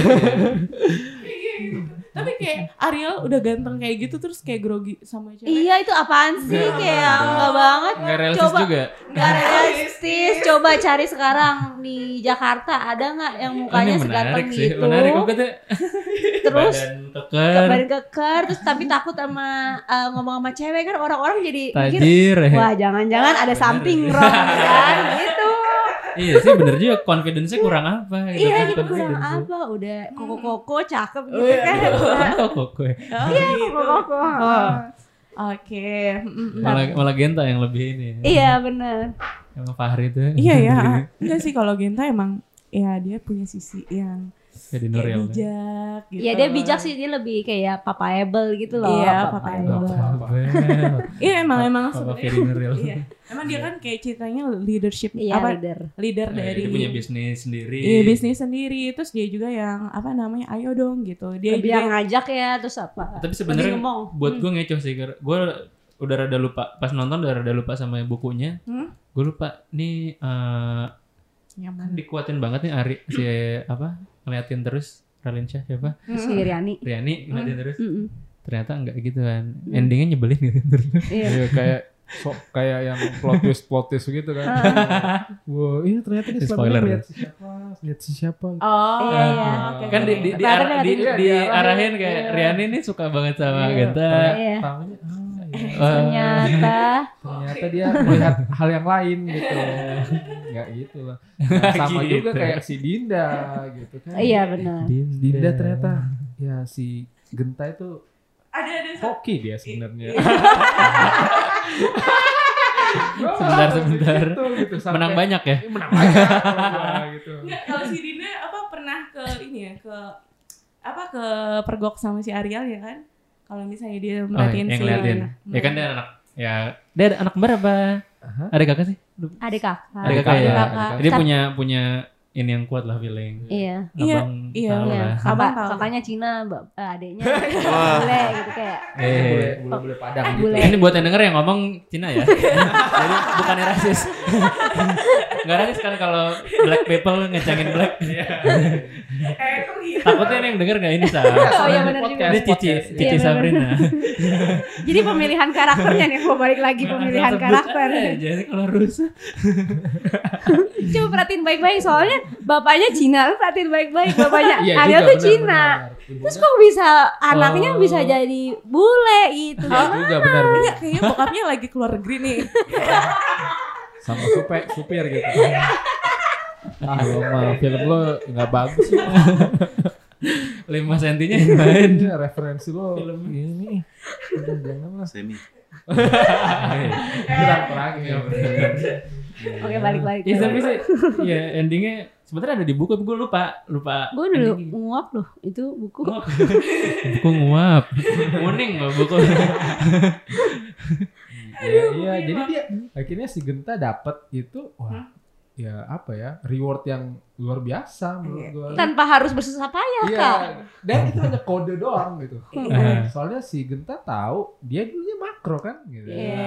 Tapi kayak Ariel udah ganteng kayak gitu terus kayak grogi sama cewek. Iya, itu apaan sih? Kayak enggak banget. Enggak realistis juga. Enggak realistis. Coba cari sekarang di Jakarta ada enggak yang mukanya seganteng gitu. Menarik kok tuh. Terus badan keker terus tapi takut sama ngomong sama cewek kan orang-orang jadi tajir, mikir wah jangan-jangan ada something wrong kan gitu. Iya sih bener juga, confidence-nya kurang apa gitu. Iya kurang apa, udah koko-koko cakep gitu kan. Koko ya? Iya koko-koko. Oke. Malah Genta yang lebih ini. Iya bener. Emang Fahri tuh. Iya ya, enggak sih kalau Genta emang ya dia punya sisi yang kayak bijak gitu. Iya dia bijak sih, dia lebih kayak papaable gitu loh. Iya papaable. Iya emang iya. Emang dia kan kayak ceritanya leadership leader dari dia punya bisnis sendiri. Iya bisnis sendiri, terus dia juga yang ayo dong gitu. Dia juga yang ngajak ya, terus apa? Tapi sebenarnya buat gue ngecoh sih, gue udah rada lupa pas nonton, udah rada lupa sama bukunya. Gue lupa nih kan dikuatin banget nih Ari si ngeliatin terus Ralinsyah siapa? Si Riani ngeliatin terus. Ternyata enggak gitu kan. Endingnya nyebelin gitu. Iya kayak yang plot twist gitu kan. Wow, iya ternyata dia spoiler. Lihat si siapa. Oh, kan diarahin kayak Riani nih suka banget sama Genta. Ternyata dia melihat hal yang lain gitu. Enggak gitu lah. Sama gitu. juga kayak si Dinda gitu kan. Iya benar. Dinda ternyata ya si Genta itu ada hoki dia sebenarnya. Sebentar. Gitu, menang banyak ya? Menang banyak gitu. Enggak, kalau si Dinda pernah ke ini ya, ke pergok sama si Ariel ya kan? Kalau misalnya dia merhatiin si ya kan dia anak dia ada anak berapa? Ada kakak sih? Ada kakak. Dia punya ini yang kuat lah feeling. Iya. Abang tahu lah. Kakaknya Cina, adeknya bule gitu kayak. Bule Padang gitu. Ini buat yang denger yang ngomong Cina ya. Jadi bukannya rasis. Enggak rasis kan kalau black people ngecengin black. Takutnya ini yang denger enggak ini Sa. Oh iya benar juga. Ini Cici Sabrina. Jadi pemilihan karakternya nih, mau balik lagi pemilihan karakter. Jadi kalau rusuh. Coba perhatiin baik-baik soalnya bapaknya Cina, perhatiin baik-baik bapaknya Ariel tuh Cina. Terus kok bisa anaknya bisa jadi bule gitu? Juga benar. Iya, kayaknya bokapnya lagi keluar negeri nih. Sama supir gitu. Lo mah film lo nggak bagus ya. 5 sentinya yang lain. Referensi lo film ini. Jangan lah. Semi. Perang ya. Oke, balik-balik. Ya tapi sih ya endingnya sebenarnya ada di buku, gue lupa. Gue dulu nguap loh itu buku. Buku nguap. Kuning loh buku. Iya, jadi dia akhirnya si Genta dapat itu ya apa ya, reward yang luar biasa menurut gue. Tanpa harus bersusah payah Kak. Dan itu hanya kode doang gitu. Soalnya si Genta tahu dia dulunya makro kan gitu.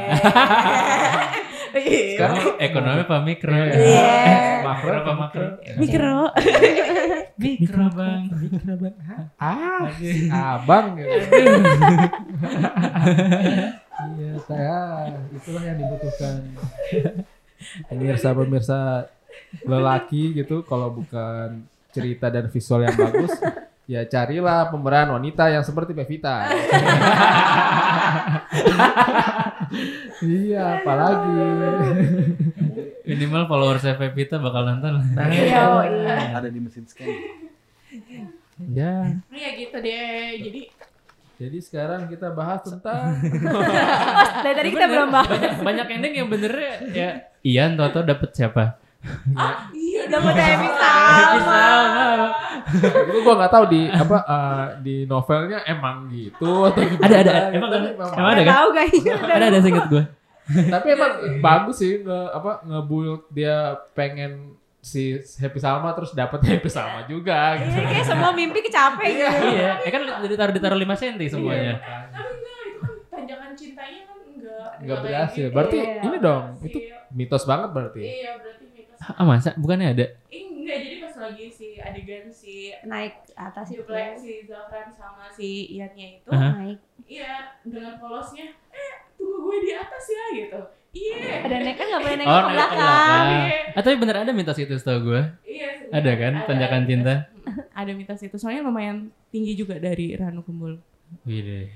Sekarang ekonomi apa mikro? Makro apa makro? Mikro. Mikro bang. Abang gitu. Iya, saya itulah yang dibutuhkan. Pemirsa lelaki gitu, kalau bukan cerita dan visual yang bagus, ya carilah pemeran wanita yang seperti Pevita. Iya, apalagi. Minimal followersnya Pevita bakal nonton. Iya. Ada di mesin scan. Ya. Iya gitu deh. Jadi sekarang kita bahas tentang dari tadi kita belum bahas. Banyak ending yang benernya ya Ian Toto dapet siapa? Iya dapet Happy Salma. Itu gua nggak tahu di novelnya emang gitu atau gimana. Ada emang ada kan? Tahu kayaknya. Ada seinget gue. Tapi emang bagus sih nge-build dia pengen si Happy Salma terus dapat Happy Salma juga gitu. Iya, kayak semua mimpi kecapai gitu. Iya, kan ditaruh 5 cm semuanya. Tapi enggak, itu kan tanjakan cintanya kan enggak berhasil. Berarti ini dong, itu mitos banget berarti. Iya, berarti mitos. Masa? Bukannya ada? Enggak, jadi pas lagi si adegan si naik atas itu si Zafran sama si Iannya itu naik. Iya, dengan polosnya tunggu gue di atas ya gitu. Iya. Ada naik kan nggak boleh naik ke belakang. Tapi bener ada mitos itu setahu gue. Iya. Ada kan tanjakan cinta? Ada mitos itu. Soalnya lumayan tinggi juga dari Ranukumbolo. Wih.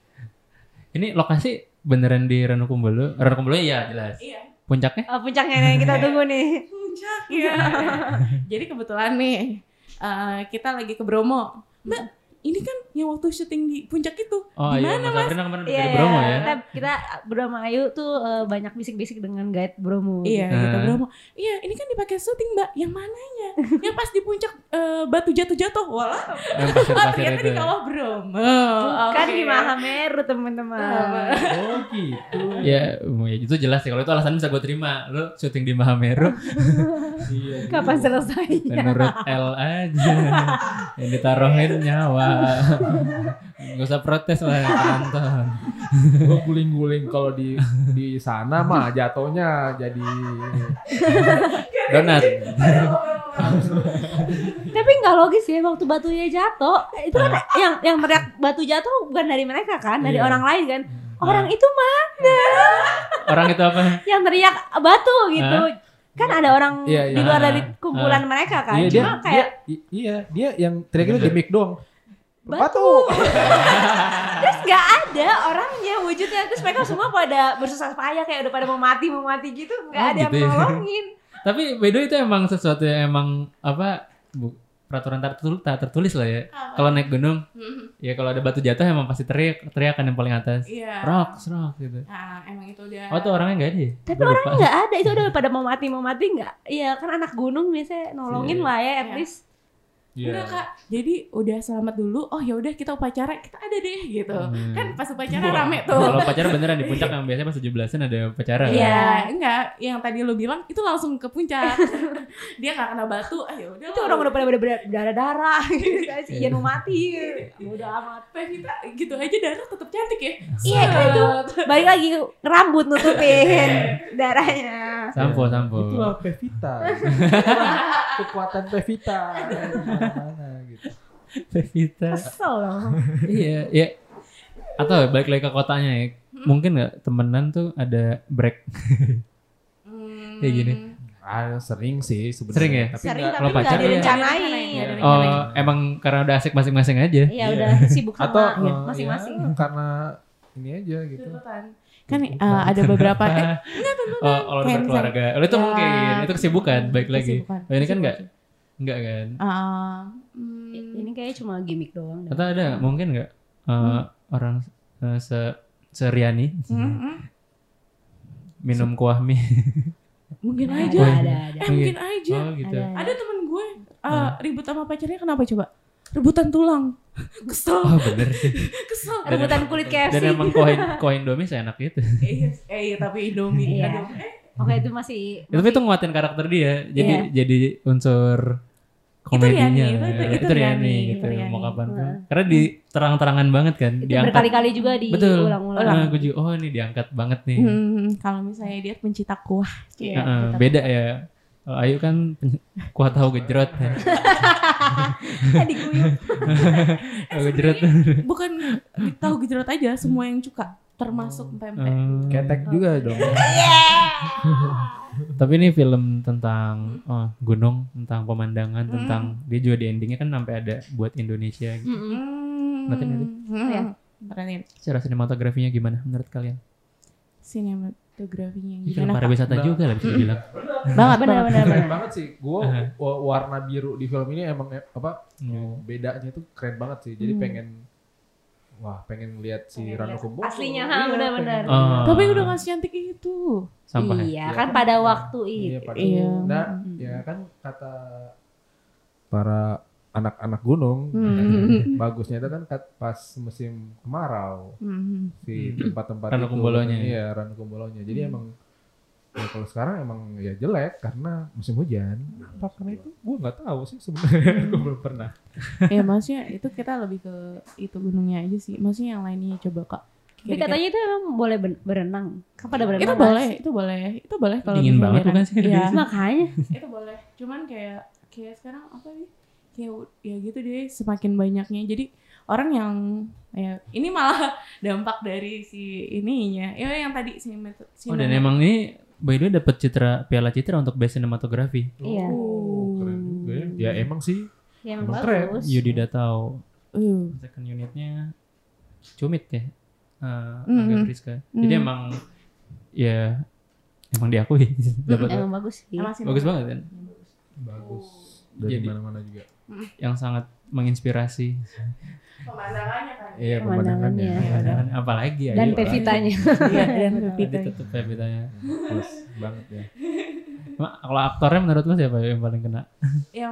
Ini lokasi beneran di Ranukumbolo? Ranukumbolo ya jelas. Iya. Puncaknya? Puncaknya yang kita tunggu nih. Puncak ya. Jadi kebetulan nih kita lagi ke Bromo. Mbak, ini kan yang waktu syuting di puncak itu. Oh Dimana, iya, Mas Sabrina kemarin Iya, dari Bromo ya. Kita berdua sama Ayu tuh banyak bisik-bisik dengan guide Bromo. Iya, gitu Bromo. Iya, ini kan dipakai syuting, Mbak. Yang mananya? Yang pas di puncak batu jatuh-jatuh. Walah. Ternyata di kawah Bromo. Bukan di Mahameru, teman-teman. Oh gitu. Ya, itu jelas sih. Kalau itu alasan bisa gue terima. Lu syuting di Mahameru. Iya. Kapan selesainya? Menurut L aja. Yang ditaruhin nyawa. Gak usah protes lah penonton. Gue guling-guling kalau di sana mah jatuhnya jadi donat. Tapi nggak logis ya waktu batunya jatuh. Itu kan yang teriak batu jatuh bukan dari mereka kan, dari orang lain kan. Orang itu mana? Orang itu apa? Yang teriak batu gitu. Kan ada orang di luar dari kumpulan mereka kan. Iya, cuma dia yang teriak itu gimmick doang. Batu. Terus gak ada orangnya wujudnya. Terus mereka semua pada bersusah payah kayak udah pada mau mati gitu. Gak ada gitu yang nolongin. Tapi by the way itu emang sesuatu yang emang peraturan tak tertulis lah ya. Kalau naik gunung, ya kalau ada batu jatuh emang pasti teriakan yang paling atas. Iya. Rock. Gitu. Nah, emang itu udah. Oh tuh orangnya nggak ada ya? Tapi orangnya nggak ada. Itu udah pada mau mati nggak? Iya kan anak gunung biasanya nolongin lah ya at least. Enggak Kak, jadi udah selamat dulu. Oh ya udah kita upacara, kita ada deh gitu. Kan pas upacara rame tuh. Kalau upacara beneran di puncak yang biasanya pas 17-an ada upacara. Iya, enggak. Yang tadi lu bilang itu langsung ke puncak. Dia nggak kena batu. Ya udah. Itu orang udah pada berdarah-darah gitu kan si Ian mau mati. Udah amat. Pevita gitu aja darah tetap cantik ya. Iya kan itu. Balik lagi rambut nutupin darahnya. Sampo. Itulah Pevita. Kekuatan Pevita. Mana gitu. Pevita. Kesel loh. Iya, ya. Atau balik lagi ke kotanya ya. Mungkin nggak temenan tuh ada break. Kayak gini. Sering sih sebenarnya. Sering ya? Tapi kalau nggak pacar direncanain. Oh, emang karena udah asik masing-masing aja. Iya, udah sibuk sama masing-masing. Ya, karena ini aja gitu. Kan ada beberapa kalau udah berkeluarga. Itu mungkin itu kesibukan baik lagi. Ini kan enggak kan? Ini kayaknya cuma gimmick doang. Atau ada mungkin enggak orang seriani minum kuah mie. Mungkin aja. Ada. Mungkin aja. Oh, gitu. Ada temen gue ribut sama pacarnya kenapa coba? Rebutan tulang. Kesel. Oh bener sih. Kesel. Rebutan kulit KFC. Dan emang kuah Indomie seenak itu. Iya tapi Indomie. Oke itu masih. Tapi itu nguatin karakter dia. Jadi unsur komedinya. Itu Riani gitu. Mau kapan pun. Karena di terang-terangan banget kan. Itu berkali-kali juga diulang-ulang. Gue juga oh ini diangkat banget nih. Kalau misalnya dia pencipta kuah. Beda ya. Kalau Ayu kan kuah tahu gejrot kan. Diguyur. Gejrot. Bukan tahu gejrot aja, semua yang cuka termasuk pempek. Ketek juga dong. Tapi ini film tentang gunung, tentang pemandangan, tentang dia juga di endingnya kan sampai ada buat Indonesia gitu. Berarti Berarti. Secara sinematografinya gimana menurut kalian? Sinematografinya gimana? Film pariwisata juga lah bisa dibilang. Benar. Keren banget sih. Gue warna biru di film ini emang bedanya tuh keren banget sih. Jadi pengen lihat si Ranu Kumbolo. Aslinya benar-benar. Tapi udah nggak secantik itu. Sampah iya kan pada waktu itu. Iya. Nah, ya kan kata para anak-anak gunung, bagusnya itu kan pas musim kemarau. Si tempat-tempat Ranu Kumbolonya. Iya, Ranu Kumbolonya. Jadi emang ya kalau sekarang emang ya jelek karena musim hujan. Apa karena itu? Gue nggak tahu sih sebenarnya. Gue belum pernah. Ya maksudnya itu kita lebih ke itu gunungnya aja sih. Maksudnya yang lainnya coba Kak. Tapi katanya itu emang boleh berenang. Kapan ada berenang? Itu boleh kalau dingin banget bukan sih? Iya, makanya. Itu boleh. Cuman kayak sekarang apa nih? Ya gitu deh, semakin banyaknya. Jadi orang yang ya ini malah dampak dari si ininya. Ya yang tadi dan emang ini by the way dapat Piala Citra untuk best cinematography. Iya. Keren juga ya. Ya emang sih. Ya emang bagus. Yudi Datau. Second unitnya Cumit ya. Angga Friska. Jadi emang ya emang diakui dapat. Emang bagus sih. Bagus banget kan? Bagus. Dari mana-mana juga. Yang sangat menginspirasi. Pemandangannya kan. Iya, pemandangannya. Apalagi ya. Dan Pevitanya. Iya, dan Pevitanya. Tetap Pevitanya. Plus banget ya. Kalau aktornya menurut lo siapa yang paling kena? Yang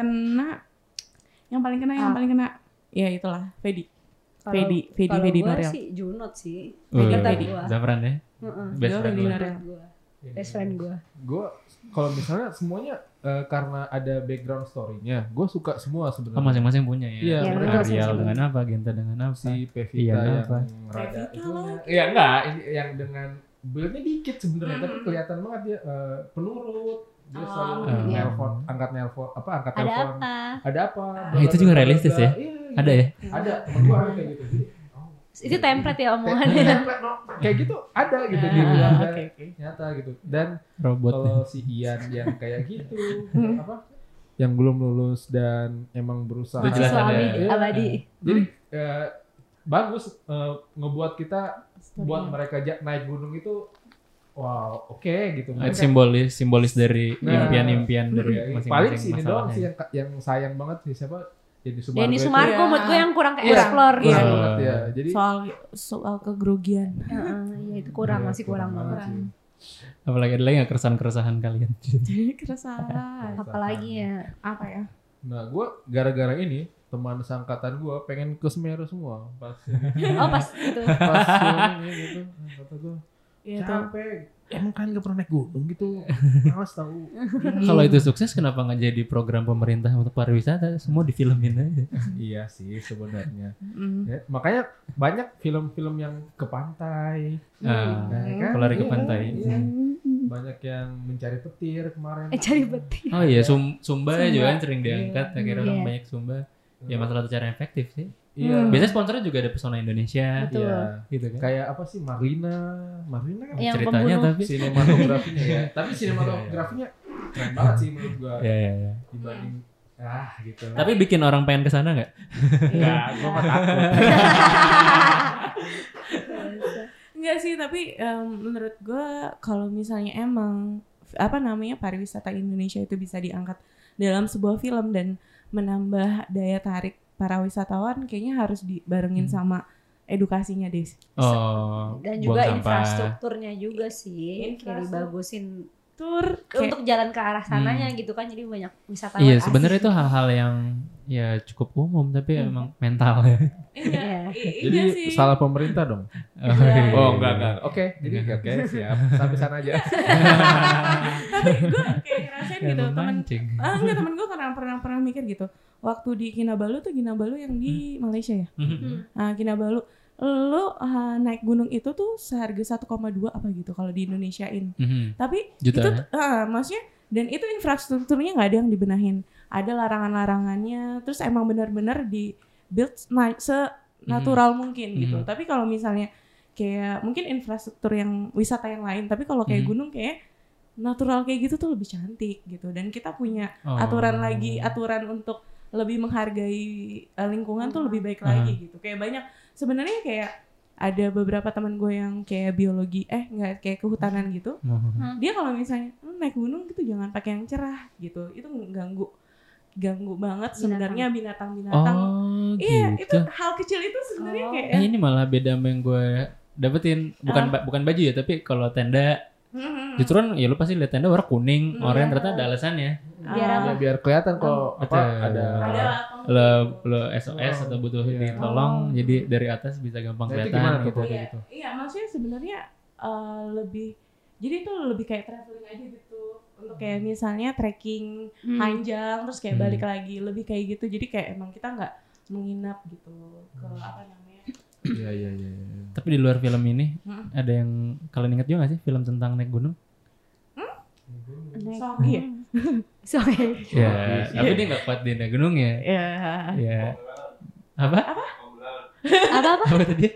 paling kena. Ya itulah, Fedi Norel. Si Junot sih. Fedi. Zafran ya. Best friend gue. Gue kalau misalnya semuanya karena ada background story-nya, gue suka semua sebenarnya. Masing-masing punya ya. Iya, Ariel dengan apa, Genta dengan apa, si Pevita yang rada itu. Iya enggak, ini yang dengan build-nya dikit sebenarnya, tapi kelihatan banget dia penurut. Dia selalu angkat telepon. Ada apa? Itu juga realistis ya? Ada ya? Ada, temen gue ada kayak gitu. Itu template ya omongannya. Template kayak gitu ada gitu di bilang nyata gitu. Dan kalau si Ian yang kayak gitu yang belum lulus dan emang berusaha abadi. Jadi bagus ngebuat kita buat mereka naik gunung itu wow gitu. Simbolis dari impian-impian dari masing-masing. Paling sih ini doang sih yang sayang banget sih siapa? Denny Sumargo menurut gue yang kurang explore gitu. Ya. Jadi soal kegrogian. Iya itu masih kurang banget. Apalagi ada lagi nggak keresahan kalian? Keresahan. Apalagi ya? Apa ya? Nah, gue gara-gara ini teman seangkatan gue pengen ke Semeru semua pas pas itu. Pas ini gitu. Kata gue, Iya, capek. Emang kan gak pernah naik gunung gitu. Males tahu. Kalau itu sukses kenapa nggak jadi program pemerintah untuk pariwisata? Semua difilmin aja. Iya sih sebenarnya. Ya, makanya banyak film-film yang ke pantai. Kan? Lari ke pantai. Iya. Banyak yang mencari petir kemarin. Cari petir. Oh iya, Sumba juga kan sering diangkat. Akhirnya orang banyak Sumba. Ya masalah cara efektif sih. Iya. Biasanya sponsornya juga ada Pesona Indonesia. Betul. Iya. Gitu kan. Kayak apa sih Marlina kan yang ceritanya pembunuh. tapi sinematografinya ya. Tapi sinematografinya keren banget sih menurut gua. Iya. Dibanding gitu. Tapi bikin orang pengen kesana nggak? Enggak, gua mah takut. Enggak sih, tapi menurut gue kalau misalnya emang pariwisata Indonesia itu bisa diangkat dalam sebuah film dan menambah daya tarik para wisatawan, kayaknya harus dibarengin sama edukasinya deh. Dan juga infrastrukturnya juga sih, kayak dibagusin tur untuk jalan ke arah sananya gitu kan, jadi banyak wisatawan. Iya, sebenarnya itu hal-hal yang ya cukup umum tapi emang mental ya. Iya. Jadi sih. salah pemerintah dong. Oh, enggak. Oke, siap. Sampai sana aja. Tapi gue kayak ngerasain gitu temen gue pernah mikir gitu. Waktu di Kinabalu yang di Malaysia ya. Nah, Kinabalu lo naik gunung itu tuh seharga 1,2 apa gitu kalau di Indonesiain. Tapi juta, itu maksudnya dan itu infrastrukturnya nggak ada yang dibenahin. Ada larangan-larangannya, terus emang benar-benar di build se-natural mungkin gitu. Tapi kalau misalnya kayak mungkin infrastruktur yang wisata yang lain, tapi kalau kayak gunung kayak natural kayak gitu tuh lebih cantik gitu. Dan kita punya aturan untuk lebih menghargai lingkungan tuh lebih baik lagi gitu. Kayak banyak sebenarnya kayak ada beberapa teman gue yang kayak biologi nggak kayak kehutanan gitu. Dia kalau misalnya naik gunung gitu jangan pakai yang cerah gitu. Itu ganggu banget sebenarnya binatang-binatang. Iya, gitu. itu hal kecil itu sebenarnya kayak ini malah beda sama yang gue dapetin, bukan baju ya, tapi kalau tenda justru kan ya lu pasti lihat tenda warna kuning, oranye, ternyata ada alasannya. Biar kelihatan kok ada lo SOS atau butuh ditolong, jadi dari atas bisa gampang kelihatan gitu. Iya, maksudnya sebenarnya lebih jadi itu lebih kayak traveling aja gitu. Untuk kayak misalnya trekking panjang terus kayak balik lagi, lebih kayak gitu. Jadi kayak emang kita nggak menginap gitu ke apa namanya. Iya. Tapi di luar film ini ada yang kalian ingat juga gak sih film tentang naik gunung? Sogi ya? Sogi. Ya, tapi dia nggak kuat di naik gunung ya. Iya. Apa? Apa tadi?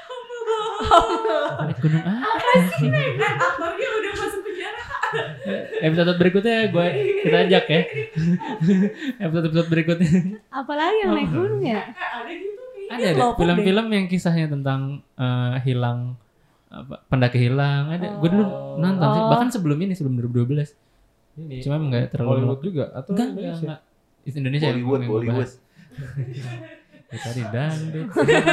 Naik gunung apa sih? Aktornya udah masuk penjara. Episode berikutnya kita ajak ya. Episode berikutnya. Apalagi yang naik gunung ya? Ada film-film yang kisahnya tentang hilang pendaki hilang. Ada. Gue dulu nonton sih, bahkan sebelum 2012. Ini cuma enggak terlalu Hollywood juga atau Indonesia? Indonesia Bollywood. Ya, tadi dangdut.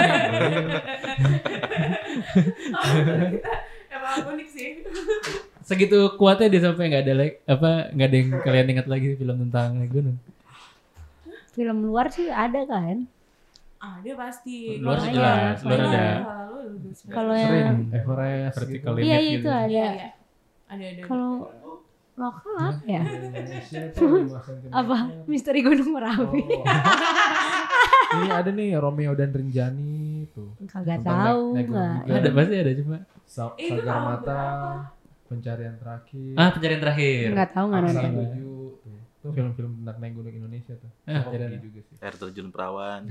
Emang unik sih. Segitu kuatnya dia sampai nggak ada yang kalian ingat lagi film tentang gunung. Film luar sih ada kan? Ada pasti. Luar jelas, luar ada. Kalau yang Everest vertical iya limit itu gitu. ada. Ada. Kalau lokal apa ya? Apa? Misteri Gunung Merapi. Ini ada nih Romeo dan Rinjani tuh. Kagak tahu nggak. Ada pasti ada cuma. Sagar Mata, Pencarian Terakhir. Pencarian Terakhir. Nggak tahu nggak nonton. Itu film-film tentang naik gunung Indonesia tuh. Jadi juga sih. Air terjun perawan.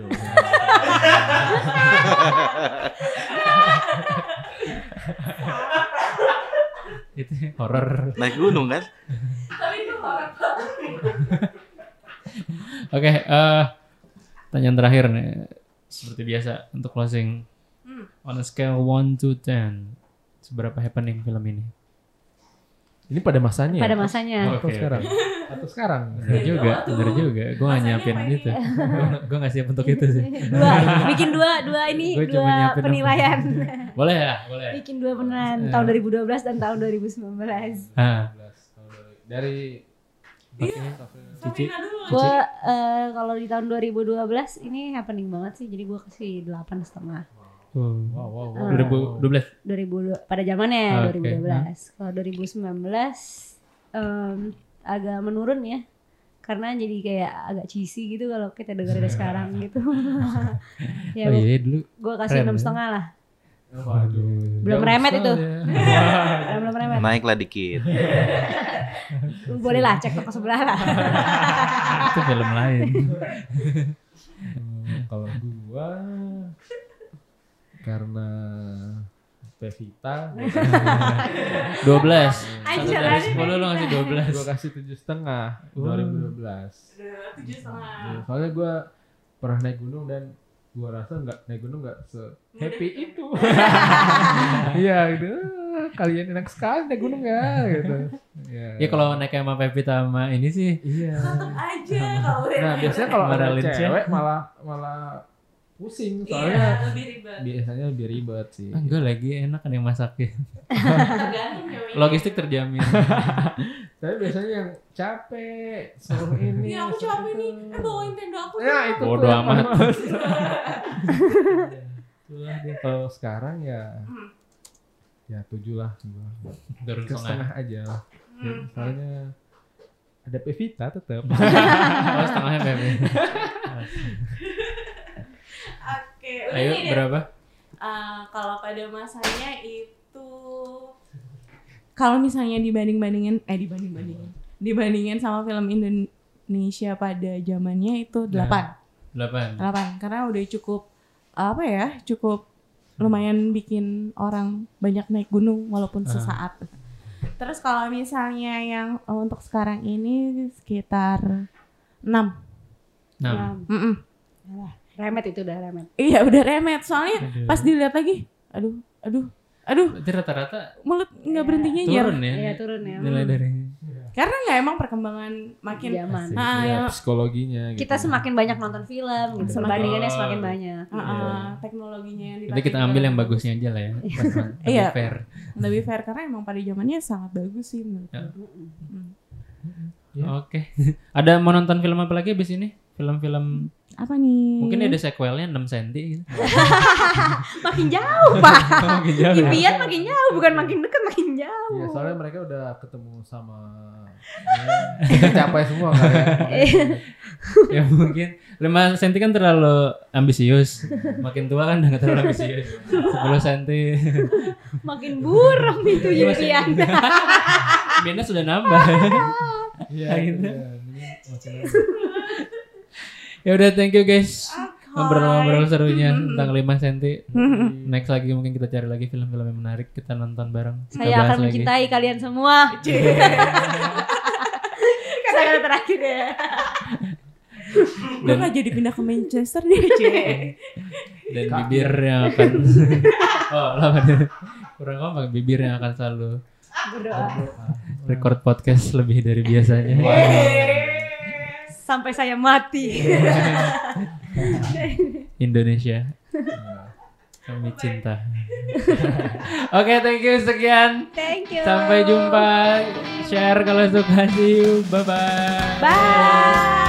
Itu horor. Naik gunung kan? Tapi itu horor. Oke, pertanyaan terakhir nih. Seperti biasa untuk closing. On a scale 1 to 10, seberapa happening film ini? Ini pada masanya. Pada masanya. Atau sekarang? Atau sekarang? Bener juga. Gue gak nyiapin gitu. Gue gak siap untuk itu sih. Bikin dua penilaian. Boleh ya? Boleh. Bikin dua penilaian tahun 2012 dan tahun 2019. Dari Cici. Gue kalau di tahun 2012 ini happening banget sih, jadi gue kasih 8,5. Wow. 2012 pada zamannya 2012. Okay. Kalau 2019 agak menurun ya, karena jadi kayak agak cheesy gitu kalau kita dengerin sekarang gitu. Ya, dulu gue kasih 6,5 lah. Waduh. Belum remet itu. Belum remet. Naiklah dikit. Boleh lah cek toko sebelah lah. Itu film lain. Kalau gua karena Pevita 12. 1 dari 10 lo ngasih 12. Gua kasih 7,5 2012. 7,5. Soalnya gua pernah naik gunung dan gua rasa naik gunung nggak se-happy itu. Iya gitu. Kalian enak sekali naik gunung ya gitu. Ya kalau naik sama Pevita sama ini sih. Iya. Tetap aja kalau Nah, biasanya kalau ada cewek malah pusing soalnya lebih ribet. Biasanya lebih ribet sih. Enggak lagi enak kan yang masakin. Logistik terjamin. Tapi biasanya yang capek suruh ini. Iya, aku capek nih. Bawain tenda aku. Ya itu bodo amat. Itulah dia kalau sekarang ya 7 lah. Turun setengah aja lah. Ya, soalnya ada Pevita tetap. Setengahnya Pevita. Oke, ayo berapa? Kalau pada masanya itu kalau misalnya dibandingin sama film Indonesia pada zamannya itu 8 karena udah cukup cukup lumayan bikin orang banyak naik gunung walaupun sesaat. Terus kalau misalnya yang untuk sekarang ini sekitar 6. Remet itu udah remet. Iya udah remet soalnya pas dilihat lagi aduh Berarti rata-rata mulut nggak berhentinya turun ya? Iya turun ya. Nilai dari karena nggak emang perkembangan makin zaman. Psikologinya gitu. Kita semakin banyak nonton film gitu. Perbandingannya semakin banyak. Teknologinya yang dipakai. Jadi kita ambil yang bagusnya aja lah ya. Iya. Fair. Lebih fair karena emang pada zamannya sangat bagus sih menurut Oke. Ada mau nonton film apa lagi abis ini? Film-film apa nih? Mungkin ada sequelnya 6 cm gitu. Makin jauh, Pak. Makin jauh. Impian makin jauh, bukan makin dekat, makin jauh. Iya, soalnya mereka udah ketemu sama capai semua kan ya. Ya mungkin 5 cm kan terlalu ambisius. Makin tua kan udah gak terlalu ambisius. 10 cm. Makin buram itu impian. Impiannya sudah nambah. Iya gitu. Ya udah, thank you guys. Ngobrol-ngobrol serunya tentang 5 cm. Next lagi mungkin kita cari lagi film-film yang menarik, kita nonton bareng. Saya akan mencintai kalian semua. Kata-kata terakhir ya. Gue gak jadi pindah ke Manchester deh, Dan bibirnya akan kurang ngomong, bibirnya akan selalu berdoa. Record podcast lebih dari biasanya. Sampai saya mati. Indonesia. Kami cinta. Oke, thank you, sekian. Thank you. Sampai jumpa. Share kalau suka. See you. Bye-bye. Bye.